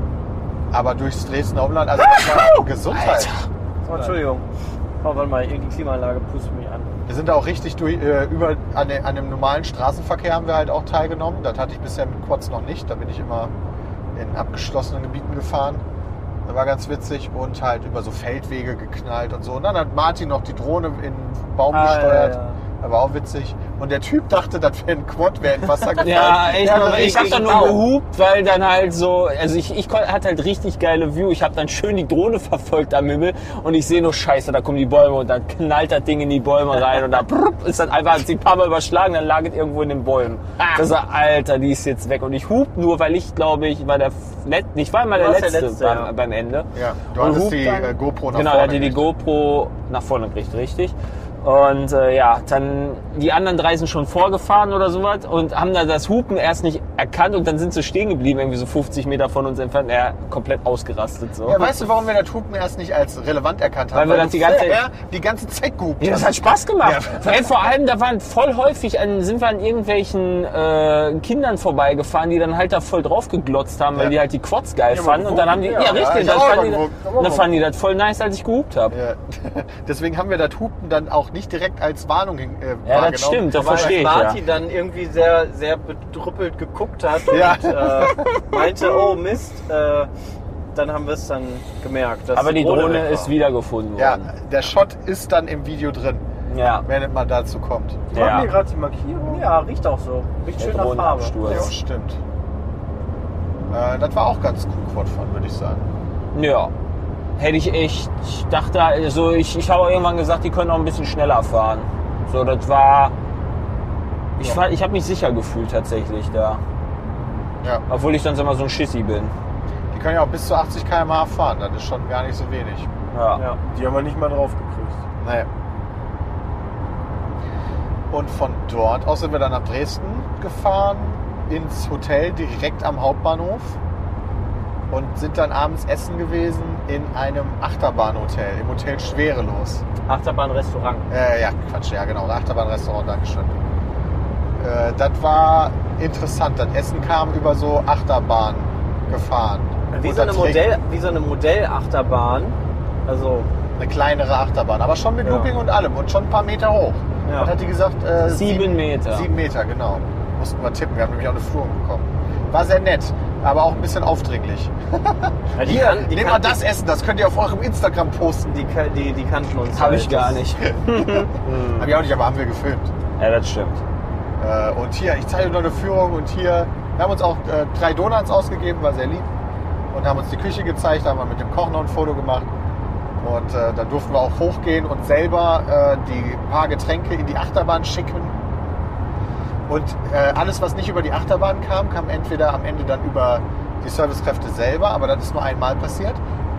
[SPEAKER 3] Aber durchs Dresdner Umland, also das war Gesundheit.
[SPEAKER 4] Oh, Entschuldigung. Oh, warte mal, die Klimaanlage pustet mich an.
[SPEAKER 3] Wir sind da auch richtig an dem normalen Straßenverkehr haben wir halt auch teilgenommen. Das hatte ich bisher mit Quads noch nicht. Da bin ich immer in abgeschlossenen Gebieten gefahren. Das war ganz witzig und halt über so Feldwege geknallt und so. Und dann hat Martin noch die Drohne in den Baum gesteuert.
[SPEAKER 4] Ja.
[SPEAKER 3] Das war auch witzig. Und der Typ dachte, das wäre ein Quad, wäre in Wasser gefallen.
[SPEAKER 2] Ja, ich hab
[SPEAKER 4] richtig
[SPEAKER 2] dann nur
[SPEAKER 4] Bau.
[SPEAKER 2] gehupt, weil dann halt so, also ich hatte halt richtig geile View. Ich habe dann schön die Drohne verfolgt am Himmel und ich sehe nur Scheiße, da kommen die Bäume und dann knallt das Ding in die Bäume rein und da ist dann einfach, hat sich ein paar Mal überschlagen, dann lag es irgendwo in den Bäumen. Das war, Alter, die ist jetzt weg. Und ich hupt nur, weil ich glaube, ich war immer der Letzte beim Ende.
[SPEAKER 3] Ja, du
[SPEAKER 2] Und
[SPEAKER 3] hattest
[SPEAKER 2] hupt
[SPEAKER 3] die
[SPEAKER 2] dann-
[SPEAKER 3] GoPro nach
[SPEAKER 2] Genau,
[SPEAKER 3] vorne
[SPEAKER 2] er hatte die
[SPEAKER 3] gerichtet.
[SPEAKER 2] GoPro nach vorne gekriegt, richtig. Und dann die anderen 3 sind schon vorgefahren oder sowas und haben da das Hupen erst nicht erkannt und dann sind sie stehen geblieben, irgendwie so 50 Meter von uns entfernt. Komplett ausgerastet so.
[SPEAKER 3] Ja, weißt du, warum wir das Hupen erst nicht als relevant erkannt haben?
[SPEAKER 2] Weil wir das
[SPEAKER 3] die ganze Zeit gehupt
[SPEAKER 2] Ja, das
[SPEAKER 3] haben.
[SPEAKER 2] hat Spaß gemacht. Vor allem, da waren voll häufig, sind wir an irgendwelchen Kindern vorbeigefahren, die dann halt da voll drauf geglotzt haben, weil die halt die Quads geil fanden. Und dann haben die, richtig,
[SPEAKER 3] ich
[SPEAKER 2] dann
[SPEAKER 3] auch
[SPEAKER 2] fanden
[SPEAKER 3] gewuppt.
[SPEAKER 2] dann fanden die das voll nice, als ich gehupt habe.
[SPEAKER 3] Ja. Deswegen haben wir das Hupen dann auch nicht direkt als Warnung wahrgenommen.
[SPEAKER 2] Ja, das stimmt, das
[SPEAKER 4] Aber als
[SPEAKER 2] verstehe ich.
[SPEAKER 4] Martin dann irgendwie sehr, sehr bedrüppelt geguckt hat
[SPEAKER 3] Ja.
[SPEAKER 4] und meinte, oh Mist, dann haben wir es dann gemerkt. Dass
[SPEAKER 2] Aber die Drohne
[SPEAKER 4] weg war.
[SPEAKER 2] ist wiedergefunden
[SPEAKER 3] Ja,
[SPEAKER 2] worden.
[SPEAKER 3] der Shot ist dann im Video drin,
[SPEAKER 2] Ja.
[SPEAKER 3] wenn es mal dazu kommt.
[SPEAKER 5] Machen wir gerade die Markierung?
[SPEAKER 4] Ja, riecht auch so. Riecht schön nach Farbe.
[SPEAKER 2] Drohnenabsturz.
[SPEAKER 3] Ja, stimmt. Das war auch ganz cool, Quadfahren, würde ich sagen.
[SPEAKER 2] Ja. Hätte ich echt, ich dachte, also ich habe irgendwann gesagt, die können auch ein bisschen schneller fahren. So, das war, ich habe mich sicher gefühlt tatsächlich da.
[SPEAKER 3] Ja.
[SPEAKER 2] Obwohl ich dann immer so ein Schissi bin.
[SPEAKER 3] Die können ja auch bis zu 80 km/h fahren, das ist schon gar nicht so wenig.
[SPEAKER 2] Ja.
[SPEAKER 4] Ja.
[SPEAKER 5] Die haben wir nicht mal drauf gekriegt.
[SPEAKER 3] Naja. Und von dort aus sind wir dann nach Dresden gefahren, ins Hotel direkt am Hauptbahnhof und sind dann abends essen gewesen in einem Achterbahnhotel, im Hotel Schwerelos.
[SPEAKER 4] Achterbahn-Restaurant.
[SPEAKER 3] Ja, Quatsch, ja genau, Achterbahnrestaurant, Dankeschön. Das war interessant, das Essen kam über so Achterbahn gefahren.
[SPEAKER 4] Wie
[SPEAKER 3] Und
[SPEAKER 4] so, eine
[SPEAKER 3] das Trägt
[SPEAKER 4] wie so eine Modellachterbahn. Also,
[SPEAKER 3] eine kleinere Achterbahn, aber schon mit Looping und allem und schon ein paar Meter hoch.
[SPEAKER 4] Ja.
[SPEAKER 3] Was hat die gesagt?
[SPEAKER 2] 7 Meter.
[SPEAKER 3] 7 Meter, genau. Mussten wir tippen, wir haben nämlich auch eine Führung bekommen. War sehr nett, aber auch ein bisschen aufdringlich.
[SPEAKER 4] ja,
[SPEAKER 3] Hier, nehmt mal das Essen, das könnt ihr auf eurem Instagram posten.
[SPEAKER 4] Die kannten uns.
[SPEAKER 2] Habe
[SPEAKER 4] halt.
[SPEAKER 2] ich gar nicht.
[SPEAKER 3] Hab ich auch nicht, aber haben wir gefilmt.
[SPEAKER 2] Ja, das stimmt.
[SPEAKER 3] Und hier, ich zeige euch noch eine Führung und hier, wir haben uns auch 3 Donuts ausgegeben, war sehr lieb. Und haben uns die Küche gezeigt, haben wir mit dem Koch noch ein Foto gemacht. Und dann durften wir auch hochgehen und selber die paar Getränke in die Achterbahn schicken. Und alles, was nicht über die Achterbahn kam, kam entweder am Ende dann über die Servicekräfte selber, aber das ist nur einmal passiert.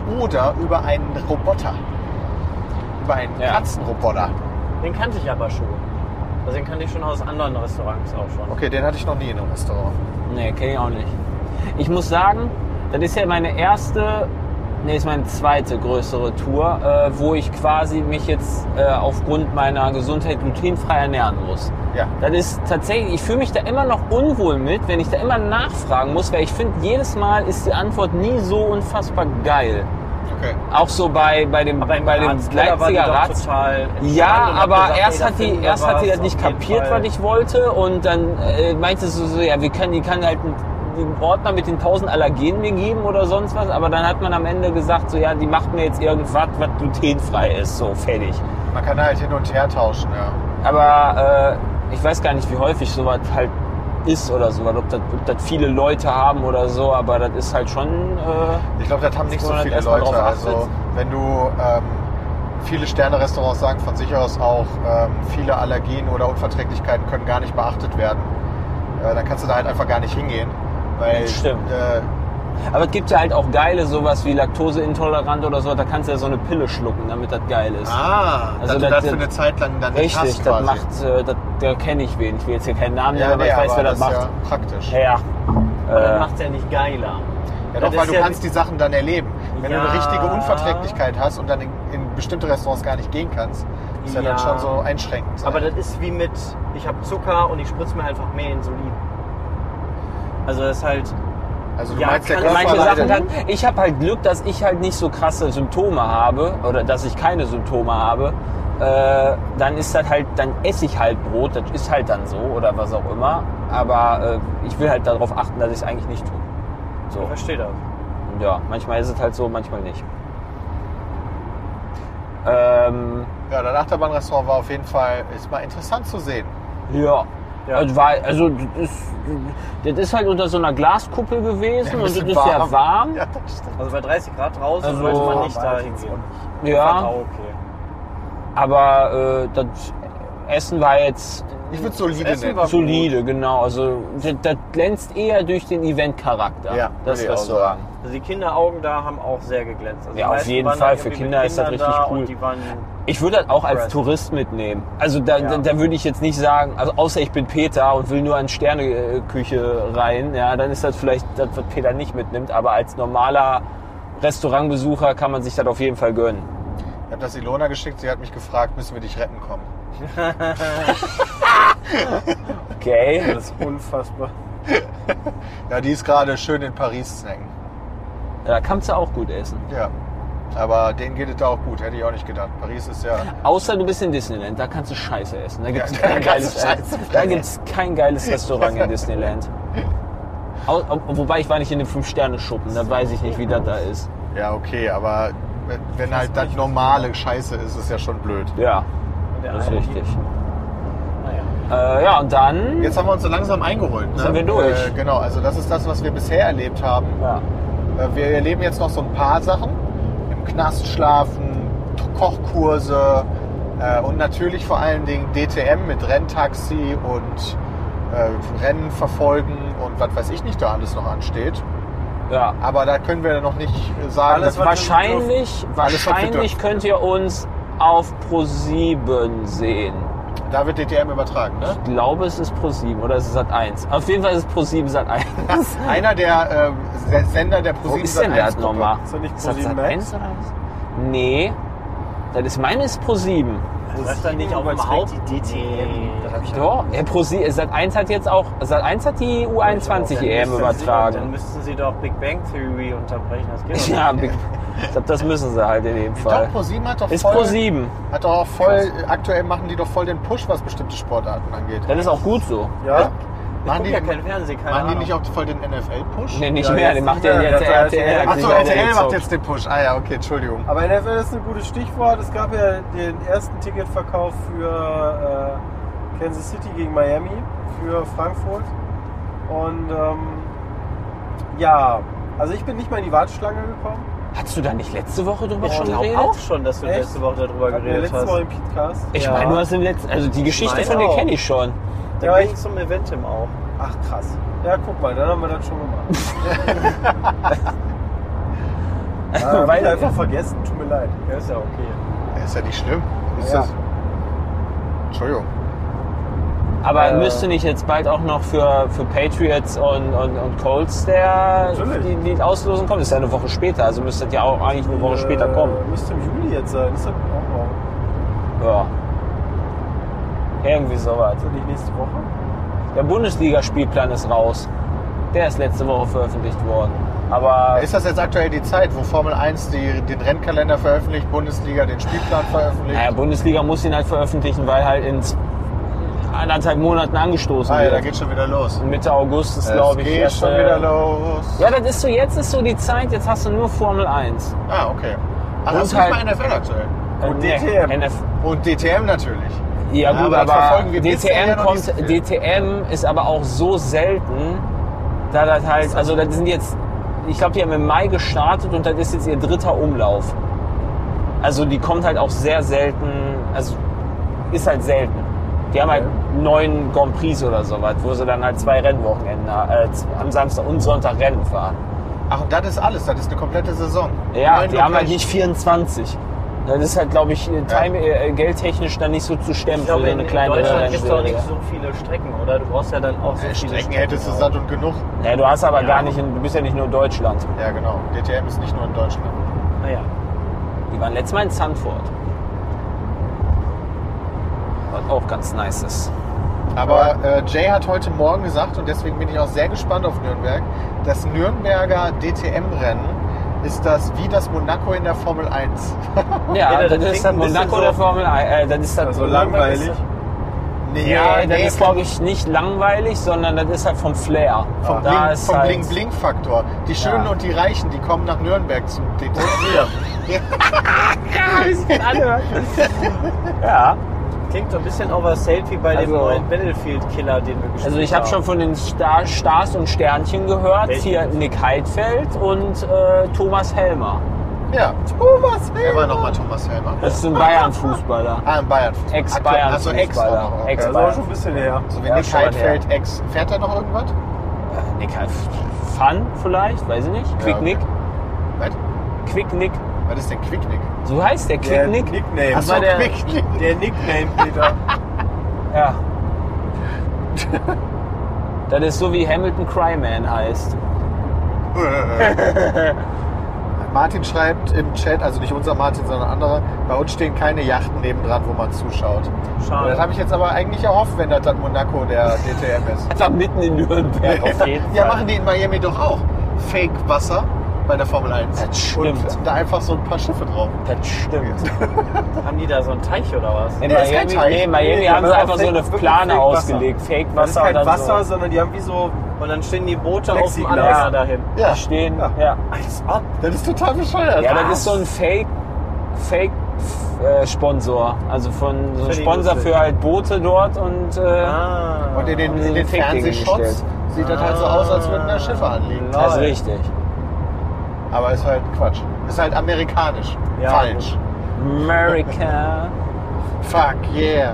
[SPEAKER 3] oder über einen Roboter. Über einen
[SPEAKER 2] Ja.
[SPEAKER 3] Katzenroboter.
[SPEAKER 4] Den kannte ich aber schon. Also den kannte ich schon aus anderen Restaurants auch schon.
[SPEAKER 3] Okay, den hatte ich noch nie in einem Restaurant.
[SPEAKER 2] Nee, kenne ich auch nicht. Ich muss sagen, das ist ja meine ist meine zweite größere Tour, wo ich quasi mich jetzt aufgrund meiner Gesundheit glutenfrei ernähren muss.
[SPEAKER 3] Ja.
[SPEAKER 2] Das ist tatsächlich, ich fühle mich da immer noch unwohl mit, wenn ich da immer nachfragen muss, weil ich finde, jedes Mal ist die Antwort nie so unfassbar geil.
[SPEAKER 3] Okay.
[SPEAKER 2] Auch so bei dem Leipziger Rat. Ja, aber erst hat die das nicht kapiert, was ich wollte, und dann meinte sie so, ja, die kann halt einen Ordner mit den 1000 Allergenen mir geben oder sonst was, aber dann hat man am Ende gesagt, so, ja, die macht mir jetzt irgendwas, was glutenfrei ist, so fertig.
[SPEAKER 3] Man kann halt hin und her tauschen, ja.
[SPEAKER 2] Aber ich weiß gar nicht, wie häufig sowas halt ist oder so, ob das viele Leute haben oder so, aber das ist halt schon...
[SPEAKER 3] Ich glaube, das haben nicht so
[SPEAKER 2] man
[SPEAKER 3] viele
[SPEAKER 2] erstmal
[SPEAKER 3] Leute.
[SPEAKER 2] drauf achtet.
[SPEAKER 3] Also wenn du viele Sterne-Restaurants sagen von sich aus auch, viele Allergien oder Unverträglichkeiten können gar nicht beachtet werden, dann kannst du da halt einfach gar nicht hingehen. Weil,
[SPEAKER 2] Stimmt. Aber es gibt ja halt auch geile, sowas wie Laktoseintolerant oder so, da kannst du ja so eine Pille schlucken, damit das geil ist.
[SPEAKER 3] Also
[SPEAKER 2] das-
[SPEAKER 3] das für eine Zeit lang dann nicht
[SPEAKER 2] Richtig,
[SPEAKER 3] hast
[SPEAKER 2] das
[SPEAKER 3] quasi.
[SPEAKER 2] macht, da kenne ich wen. Ich will jetzt hier keinen Namen nennen,
[SPEAKER 3] Ja,
[SPEAKER 2] aber
[SPEAKER 3] nee,
[SPEAKER 2] ich weiß,
[SPEAKER 3] aber
[SPEAKER 2] wer das macht.
[SPEAKER 3] ist ja praktisch.
[SPEAKER 2] Ja.
[SPEAKER 4] Aber das macht es ja nicht geiler.
[SPEAKER 3] Ja,
[SPEAKER 4] Das
[SPEAKER 3] doch, weil
[SPEAKER 4] ist
[SPEAKER 3] du
[SPEAKER 4] ja
[SPEAKER 3] kannst die Sachen dann erleben. Wenn du
[SPEAKER 4] Ja.
[SPEAKER 3] eine richtige Unverträglichkeit hast und dann in bestimmte Restaurants gar nicht gehen kannst, ist ja dann
[SPEAKER 4] Ja.
[SPEAKER 3] schon so einschränkend.
[SPEAKER 4] Aber das ist wie mit, ich habe Zucker und ich spritze mir einfach mehr Insulin. Also das ist halt,
[SPEAKER 3] also du
[SPEAKER 4] Ja,
[SPEAKER 3] meinst, der
[SPEAKER 4] kann-
[SPEAKER 3] Körper
[SPEAKER 2] Manche Sachen
[SPEAKER 3] leidet.
[SPEAKER 2] kann, ich habe halt Glück, dass ich halt nicht so krasse Symptome habe oder dass ich keine Symptome habe. Dann ist das halt, dann esse ich halt Brot, das ist halt dann so oder was auch immer. Aber ich will halt darauf achten, dass ich es eigentlich nicht tue. So.
[SPEAKER 4] ich verstehe das.
[SPEAKER 2] Ja, manchmal ist es halt so, manchmal nicht.
[SPEAKER 3] Ja, das Achterbahnrestaurant war auf jeden Fall, ist mal interessant zu sehen.
[SPEAKER 2] Ja.
[SPEAKER 4] Ja.
[SPEAKER 2] Also das ist halt unter so einer Glaskuppel gewesen
[SPEAKER 3] ein
[SPEAKER 2] und es
[SPEAKER 3] bisschen
[SPEAKER 2] ist sehr warm.
[SPEAKER 3] Ja, das stimmt.
[SPEAKER 4] Also bei 30 Grad draußen
[SPEAKER 2] Also-
[SPEAKER 4] sollte man nicht
[SPEAKER 5] war
[SPEAKER 4] da
[SPEAKER 5] das jetzt
[SPEAKER 4] hingehen.
[SPEAKER 2] Ja,
[SPEAKER 4] Okay.
[SPEAKER 2] aber das Essen war jetzt
[SPEAKER 3] Ich würde solide
[SPEAKER 4] Essen
[SPEAKER 3] nennen.
[SPEAKER 4] war
[SPEAKER 2] solide, genau. Also das glänzt eher durch den Eventcharakter,
[SPEAKER 3] Ja,
[SPEAKER 2] das
[SPEAKER 3] würde ich auch
[SPEAKER 2] Restaurant.
[SPEAKER 4] Also die Kinderaugen da haben auch sehr geglänzt. Also
[SPEAKER 2] Ja,
[SPEAKER 4] die
[SPEAKER 2] auf
[SPEAKER 4] meisten
[SPEAKER 2] jeden
[SPEAKER 4] waren
[SPEAKER 2] Fall.
[SPEAKER 4] dann
[SPEAKER 2] Für
[SPEAKER 4] irgendwie
[SPEAKER 2] Kinder
[SPEAKER 4] mit
[SPEAKER 2] ist das
[SPEAKER 4] Kindern
[SPEAKER 2] richtig
[SPEAKER 4] da
[SPEAKER 2] cool.
[SPEAKER 4] Und die waren,
[SPEAKER 2] Ich würde das auch als
[SPEAKER 4] Impressed.
[SPEAKER 2] Tourist mitnehmen. Also da
[SPEAKER 4] Ja.
[SPEAKER 2] würde ich jetzt nicht sagen, also außer ich bin Peter und will nur an Sterneküche rein, ja, dann ist das vielleicht das, was Peter nicht mitnimmt. Aber als normaler Restaurantbesucher kann man sich das auf jeden Fall gönnen.
[SPEAKER 3] Ich habe das Ilona geschickt, sie hat mich gefragt, müssen wir dich retten kommen?
[SPEAKER 2] Okay.
[SPEAKER 5] Das ist unfassbar.
[SPEAKER 3] Ja, die ist gerade schön in Paris snacken.
[SPEAKER 2] Da kannst du auch gut essen.
[SPEAKER 3] Ja, aber denen geht es da auch gut, hätte ich auch nicht gedacht. Paris ist ja...
[SPEAKER 2] Außer du bist in Disneyland, da kannst du Scheiße essen. Da gibt es
[SPEAKER 3] Ja, da
[SPEAKER 2] kein,
[SPEAKER 3] kannst du
[SPEAKER 2] geiles,
[SPEAKER 3] Scheiße
[SPEAKER 2] da
[SPEAKER 3] fressen.
[SPEAKER 2] gibt's kein geiles Restaurant in Disneyland. Wobei ich war nicht in dem 5-Sterne-Schuppen, da weiß ich nicht, wie das da ist.
[SPEAKER 3] Ja, okay, aber wenn halt das normale Scheiße ist, ist ja schon blöd.
[SPEAKER 2] Ja, das ist richtig. Ja, und dann...
[SPEAKER 3] Jetzt haben wir uns so langsam eingeholt. Ne?
[SPEAKER 2] Sind wir durch.
[SPEAKER 3] Genau, also das ist das, was wir bisher erlebt haben.
[SPEAKER 2] Ja.
[SPEAKER 3] Wir erleben jetzt noch so ein paar Sachen. Im Knast schlafen, Kochkurse und natürlich vor allen Dingen DTM mit Renntaxi und Rennen verfolgen und was weiß ich nicht da alles noch ansteht.
[SPEAKER 2] Ja.
[SPEAKER 3] Aber da können wir noch nicht sagen,
[SPEAKER 5] Alles, was
[SPEAKER 2] Wahrscheinlich,
[SPEAKER 3] Alles, was wir dürfen.
[SPEAKER 2] könnt ihr uns auf Pro7 sehen.
[SPEAKER 3] da wird DTM übertragen. Ne?
[SPEAKER 2] Ich glaube, es ist Pro7 oder es ist Sat1. Auf jeden Fall ist es Pro7 Sat1.
[SPEAKER 3] Einer der Sender der
[SPEAKER 2] Wo
[SPEAKER 3] ProSieben
[SPEAKER 2] ist denn der
[SPEAKER 3] Sat.1 Gruppe.
[SPEAKER 2] nochmal?
[SPEAKER 5] Ist das nicht
[SPEAKER 2] Ist das
[SPEAKER 5] ProSieben
[SPEAKER 2] Sat1
[SPEAKER 5] Max?
[SPEAKER 2] oder was? Nee. Das ist meine ist Pro7.
[SPEAKER 4] das ist dann nicht auf dem Haupt. Die DTM. Das hab ich
[SPEAKER 2] Ja, Pro7, Sat1 hat jetzt auch, Sat1 hat die U21 EM
[SPEAKER 4] Dann
[SPEAKER 2] übertragen.
[SPEAKER 4] müssten sie doch Big Bang Theory unterbrechen. Das geht doch
[SPEAKER 2] Ja,
[SPEAKER 4] nicht.
[SPEAKER 2] ich glaube, das müssen sie halt in dem Fall.
[SPEAKER 3] Doch, ProSieben hat doch
[SPEAKER 2] Ist
[SPEAKER 3] voll,
[SPEAKER 2] Pro7.
[SPEAKER 3] hat doch auch voll, aktuell machen die doch voll den Push, was bestimmte Sportarten angeht.
[SPEAKER 2] Das ist auch gut so.
[SPEAKER 5] Ja?
[SPEAKER 4] Ich guck ja kein Fernsehen, keine
[SPEAKER 3] machen die
[SPEAKER 4] Ahnung.
[SPEAKER 3] nicht auch voll den NFL-Push?
[SPEAKER 2] Nee, nicht
[SPEAKER 5] Ja,
[SPEAKER 2] mehr,
[SPEAKER 5] jetzt
[SPEAKER 2] den macht
[SPEAKER 5] nicht
[SPEAKER 2] der
[SPEAKER 5] mehr.
[SPEAKER 2] jetzt
[SPEAKER 5] Das heißt,
[SPEAKER 2] RTL.
[SPEAKER 3] Achso,
[SPEAKER 2] hat
[SPEAKER 3] RTL
[SPEAKER 2] sich
[SPEAKER 3] macht
[SPEAKER 2] gezockt.
[SPEAKER 3] jetzt den Push. Ah ja, okay, Entschuldigung.
[SPEAKER 5] Aber NFL ist ein gutes Stichwort. Es gab ja den ersten Ticketverkauf für Kansas City gegen Miami für Frankfurt. Und ja, also ich bin nicht mal in die Warteschlange gekommen.
[SPEAKER 2] Hast du da nicht letzte Woche drüber
[SPEAKER 4] Ich
[SPEAKER 2] schon
[SPEAKER 4] glaube
[SPEAKER 2] geredet?
[SPEAKER 4] auch schon, dass du
[SPEAKER 5] Echt?
[SPEAKER 4] letzte Woche darüber
[SPEAKER 5] Hatten wir
[SPEAKER 4] geredet
[SPEAKER 5] letztes Mal
[SPEAKER 4] hast.
[SPEAKER 5] im Podcast.
[SPEAKER 2] Ich
[SPEAKER 4] Ja.
[SPEAKER 2] meine, du hast im letzten, also die Geschichte
[SPEAKER 4] meine
[SPEAKER 2] von dir
[SPEAKER 4] auch.
[SPEAKER 2] kenne ich schon.
[SPEAKER 4] Da
[SPEAKER 5] Ja,
[SPEAKER 4] ging
[SPEAKER 5] ich-
[SPEAKER 4] es zum Eventim auch.
[SPEAKER 5] Ach krass. Ja, guck mal, dann haben wir das schon gemacht. Weil
[SPEAKER 2] Weil-
[SPEAKER 5] ich einfach vergessen, tut mir leid.
[SPEAKER 4] Ja, ist ja okay.
[SPEAKER 3] Ist ja nicht schlimm. Ist
[SPEAKER 5] Ja.
[SPEAKER 3] das? Entschuldigung.
[SPEAKER 2] Aber müsste nicht jetzt bald auch noch für Patriots und Colts
[SPEAKER 5] Natürlich.
[SPEAKER 2] die Auslosung kommen? Das ist ja eine Woche später, also müsste das ja auch eigentlich eine Woche später kommen.
[SPEAKER 5] Müsste im Juli jetzt sein. Ist das auch
[SPEAKER 2] Ja. Irgendwie sowas.
[SPEAKER 5] nicht nächste Woche?
[SPEAKER 2] Der Bundesligaspielplan ist raus. Der ist letzte Woche veröffentlicht worden. Aber
[SPEAKER 3] Ist das jetzt aktuell die Zeit, wo Formel 1 den Rennkalender veröffentlicht, Bundesliga den Spielplan veröffentlicht?
[SPEAKER 2] naja, Bundesliga muss ihn halt veröffentlichen, weil halt in 1,5 Monaten angestoßen
[SPEAKER 3] Ah ja, da
[SPEAKER 2] wird.
[SPEAKER 3] geht schon wieder los.
[SPEAKER 2] Mitte August ist,
[SPEAKER 3] Es
[SPEAKER 2] glaube ich,
[SPEAKER 3] geht
[SPEAKER 2] erst,
[SPEAKER 3] schon wieder los.
[SPEAKER 2] Ja, das ist so, jetzt ist so die Zeit, jetzt hast du nur Formel 1.
[SPEAKER 3] Ah, okay. Ach,
[SPEAKER 2] Und
[SPEAKER 3] hast du
[SPEAKER 2] halt-
[SPEAKER 3] nicht mal NFL aktuell?
[SPEAKER 5] Und
[SPEAKER 2] Nee,
[SPEAKER 5] DTM.
[SPEAKER 2] Und
[SPEAKER 3] DTM natürlich.
[SPEAKER 2] Ja, gut,
[SPEAKER 3] aber das
[SPEAKER 2] aber
[SPEAKER 3] verfolgen wir bisher ja noch nicht so viel.
[SPEAKER 2] DTM ist aber auch so selten, da das halt, also das sind jetzt, ich glaube, die haben im Mai gestartet und das ist jetzt ihr 3. Umlauf. Also die kommt halt auch sehr selten, also ist halt selten. Die haben halt 9 Grand Prix oder sowas, wo sie dann halt 2 Rennwochenenden am Samstag und Sonntag Rennen fahren.
[SPEAKER 3] Ach, und das ist alles, das ist eine komplette Saison.
[SPEAKER 2] Ja,
[SPEAKER 3] 9
[SPEAKER 2] die haben halt
[SPEAKER 3] Locations.
[SPEAKER 2] nicht 24. Das ist halt, glaube ich, geldtechnisch dann nicht so zu stemmen
[SPEAKER 4] Ich glaube,
[SPEAKER 2] für
[SPEAKER 4] in
[SPEAKER 2] eine kleine
[SPEAKER 4] Deutschland gibt es auch
[SPEAKER 2] Rennserie.
[SPEAKER 4] nicht so viele Strecken, oder? Du brauchst ja dann auch so viele
[SPEAKER 3] Strecken hättest du
[SPEAKER 4] auch.
[SPEAKER 3] satt und genug.
[SPEAKER 2] Ja, du hast aber
[SPEAKER 4] Ja.
[SPEAKER 2] gar nicht, du bist ja nicht nur Deutschland.
[SPEAKER 3] Ja, genau. DTM ist nicht nur in Deutschland.
[SPEAKER 4] Naja.
[SPEAKER 2] Die waren letztes Mal in Zandvoort. Was auch ganz nice ist.
[SPEAKER 3] Aber Jay hat heute Morgen gesagt, und deswegen bin ich auch sehr gespannt auf Nürnberg, das Nürnberger DTM-Rennen ist das wie das Monaco in der Formel 1.
[SPEAKER 2] Ja,
[SPEAKER 4] Ja, das
[SPEAKER 2] das
[SPEAKER 4] klingt
[SPEAKER 2] ist das
[SPEAKER 4] ein bisschen
[SPEAKER 2] Monaco
[SPEAKER 4] so-
[SPEAKER 2] der Formel 1. Das ist das
[SPEAKER 5] Also langweilig.
[SPEAKER 2] Nee, das ist, glaube ich, nicht langweilig, sondern das ist halt vom Flair.
[SPEAKER 3] vom
[SPEAKER 2] Da ist halt-
[SPEAKER 3] Bling-Bling-Faktor. Die Schönen
[SPEAKER 2] Ja.
[SPEAKER 3] und die Reichen, die kommen nach Nürnberg zum DTM.
[SPEAKER 2] Ja,
[SPEAKER 4] Klingt so ein bisschen oversold wie bei dem
[SPEAKER 2] Also-
[SPEAKER 4] neuen Battlefield-Killer, den wir gespielt haben.
[SPEAKER 2] also ich habe schon von den Stars und Sternchen gehört.
[SPEAKER 4] Welchen?
[SPEAKER 2] Hier Nick Heidfeld und Thomas Helmer.
[SPEAKER 3] Ja,
[SPEAKER 5] Thomas
[SPEAKER 3] wer war nochmal Thomas Helmer?
[SPEAKER 2] Das ist ein Bayern-Fußballer.
[SPEAKER 3] Ah, in Bayern.
[SPEAKER 2] Ex-Bayern-Fußballer.
[SPEAKER 3] Also Ex auch noch. Okay.
[SPEAKER 2] Ex-
[SPEAKER 5] Das ist auch schon ein bisschen her.
[SPEAKER 3] So wie
[SPEAKER 2] Ja,
[SPEAKER 3] Nick
[SPEAKER 2] schon
[SPEAKER 3] Heidfeld, Ex. Fährt er noch irgendwas?
[SPEAKER 2] Nick Fun vielleicht, weiß ich nicht. Quick
[SPEAKER 3] okay.
[SPEAKER 2] Nick.
[SPEAKER 3] Was?
[SPEAKER 2] Quick Nick.
[SPEAKER 3] Was ist denn Quicknick?
[SPEAKER 2] So heißt der Quick
[SPEAKER 5] Der
[SPEAKER 2] Nick.
[SPEAKER 5] Nickname.
[SPEAKER 3] Ach so,
[SPEAKER 2] war der-
[SPEAKER 3] Quicknick.
[SPEAKER 5] Der Nickname, Peter.
[SPEAKER 2] Ja. Das ist so wie Hamilton Cryman heißt.
[SPEAKER 3] Martin schreibt im Chat, also nicht unser Martin, sondern anderer, bei uns stehen keine Yachten nebendran, wo man zuschaut.
[SPEAKER 4] Schade.
[SPEAKER 3] Das habe ich jetzt aber eigentlich erhofft, wenn das dann Monaco der DTM ist.
[SPEAKER 2] Einfach mitten in Nürnberg auf jeden Fall.
[SPEAKER 3] Ja, machen die in Miami doch auch. Fake-Wasser bei der Formel 1.
[SPEAKER 2] Das stimmt.
[SPEAKER 3] Und da einfach so ein paar Schiffe drauf.
[SPEAKER 2] Das stimmt.
[SPEAKER 4] Haben die da so einen Teich oder was?
[SPEAKER 2] In
[SPEAKER 3] Nee, ist kein
[SPEAKER 2] Miami,
[SPEAKER 3] Teich.
[SPEAKER 2] nee, in Miami
[SPEAKER 5] Nee,
[SPEAKER 2] haben sie
[SPEAKER 5] aber
[SPEAKER 2] einfach so
[SPEAKER 5] Fake-
[SPEAKER 2] eine
[SPEAKER 5] wirklich
[SPEAKER 2] Plane
[SPEAKER 5] Fake-Wasser.
[SPEAKER 2] ausgelegt.
[SPEAKER 5] Das ist
[SPEAKER 2] Fake-Wasser.
[SPEAKER 5] kein
[SPEAKER 2] dann
[SPEAKER 5] Wasser,
[SPEAKER 2] so.
[SPEAKER 5] sondern die haben wie so...
[SPEAKER 4] Und dann stehen die Boote auf dem
[SPEAKER 5] Plexiglas.
[SPEAKER 4] Anhänger dahin.
[SPEAKER 3] Ja,
[SPEAKER 2] Die stehen,
[SPEAKER 5] Ja.
[SPEAKER 2] ja.
[SPEAKER 5] Als ob.
[SPEAKER 3] das ist total bescheuert.
[SPEAKER 2] Ja, das ist so ein Fake-Sponsor. Also von so ein
[SPEAKER 4] Finde ich
[SPEAKER 2] Sponsor
[SPEAKER 4] lustig.
[SPEAKER 2] für halt Boote dort und
[SPEAKER 4] Ah.
[SPEAKER 3] Und in den,
[SPEAKER 2] Haben sie
[SPEAKER 3] in den
[SPEAKER 2] so Fake-Dinge
[SPEAKER 3] Fernsehshots
[SPEAKER 2] gestellt.
[SPEAKER 3] sieht das halt so aus, als würden da Schiffe anliegen.
[SPEAKER 2] das ist richtig.
[SPEAKER 3] Aber ist halt Quatsch. Ist halt amerikanisch.
[SPEAKER 4] Ja.
[SPEAKER 3] Falsch.
[SPEAKER 2] America.
[SPEAKER 3] Fuck yeah.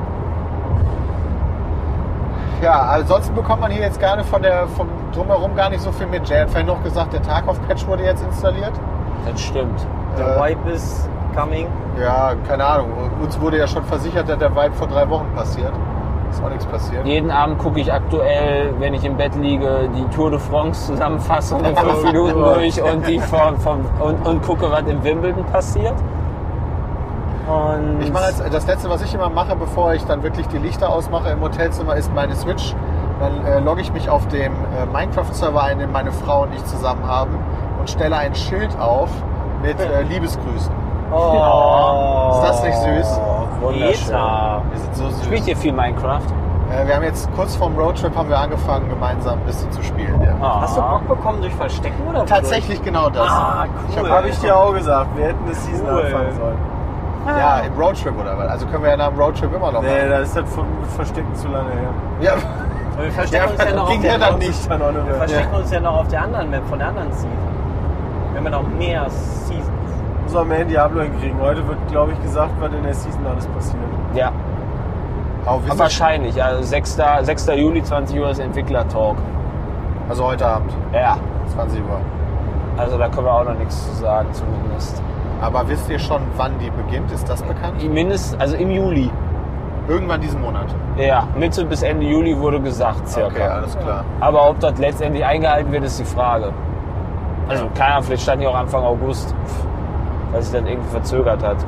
[SPEAKER 3] Ja, ansonsten bekommt man hier jetzt gar nicht vom Drumherum gar nicht so viel mit. Jay hat vorhin noch gesagt, der Tarkov-Patch wurde jetzt installiert.
[SPEAKER 2] Das stimmt.
[SPEAKER 4] Der Wipe is coming.
[SPEAKER 3] Ja, keine Ahnung. Uns wurde ja schon versichert, dass der Vibe vor 3 Wochen passiert. Ist auch nichts passiert.
[SPEAKER 2] Jeden Abend gucke ich aktuell, wenn ich im Bett liege, die Tour de France Zusammenfassung in 5 Minuten durch und die und gucke, was in Wimbledon passiert. Und
[SPEAKER 3] Ich mache jetzt, das letzte, was ich immer mache, bevor ich dann wirklich die Lichter ausmache im Hotelzimmer, ist meine Switch. Dann logge ich mich auf dem Minecraft-Server ein, den meine Frau und ich zusammen haben und stelle ein Schild auf mit Liebesgrüßen.
[SPEAKER 4] Oh.
[SPEAKER 3] Ist das nicht süß?
[SPEAKER 2] wunderschön.
[SPEAKER 4] Peter.
[SPEAKER 3] Wir sind so süß.
[SPEAKER 2] Spielt ihr viel Minecraft?
[SPEAKER 3] Wir haben jetzt kurz vorm Roadtrip haben wir angefangen, gemeinsam ein bisschen zu spielen. Ja.
[SPEAKER 4] Hast du Bock bekommen durch Verstecken oder wodurch?
[SPEAKER 3] Tatsächlich genau das.
[SPEAKER 4] Ah,
[SPEAKER 3] Ich
[SPEAKER 4] cool.
[SPEAKER 5] Habe ich dir auch gesagt, wir hätten das Season
[SPEAKER 4] Cool.
[SPEAKER 5] anfangen sollen.
[SPEAKER 3] Ja, im Roadtrip oder was? Also können wir ja nach dem Roadtrip immer noch
[SPEAKER 5] Nee,
[SPEAKER 3] machen.
[SPEAKER 5] da ist das mit Verstecken zu lange her.
[SPEAKER 3] Ja,
[SPEAKER 4] Aber wir verstecken uns ja noch
[SPEAKER 3] ging
[SPEAKER 4] auf
[SPEAKER 3] ja
[SPEAKER 4] der
[SPEAKER 3] dann nicht.
[SPEAKER 5] Dann auch nicht
[SPEAKER 4] Wir
[SPEAKER 5] mehr.
[SPEAKER 4] verstecken uns ja noch auf der anderen Map, von der anderen Season. Wir haben ja noch mehr Seasons.
[SPEAKER 5] Muss auch mehr in Diablo hinkriegen. Heute wird, glaube ich, gesagt, was in der Season alles passiert.
[SPEAKER 2] Ja.
[SPEAKER 3] Aber
[SPEAKER 2] Aber wahrscheinlich. Also 6. Juli, 20 Uhr ist Entwickler-Talk.
[SPEAKER 3] also heute Abend,
[SPEAKER 2] Ja.
[SPEAKER 3] 20 Uhr.
[SPEAKER 2] Also da können wir auch noch nichts zu sagen zumindest.
[SPEAKER 3] Aber wisst ihr schon, wann die beginnt? Ist das bekannt?
[SPEAKER 2] Also im Juli.
[SPEAKER 3] Irgendwann diesen Monat.
[SPEAKER 2] Ja, Mitte bis Ende Juli wurde gesagt circa.
[SPEAKER 3] Okay, alles klar.
[SPEAKER 2] Aber ob das letztendlich eingehalten wird, ist die Frage. Also keine Ahnung, vielleicht stand die auch Anfang August, weil sich dann irgendwie verzögert hat.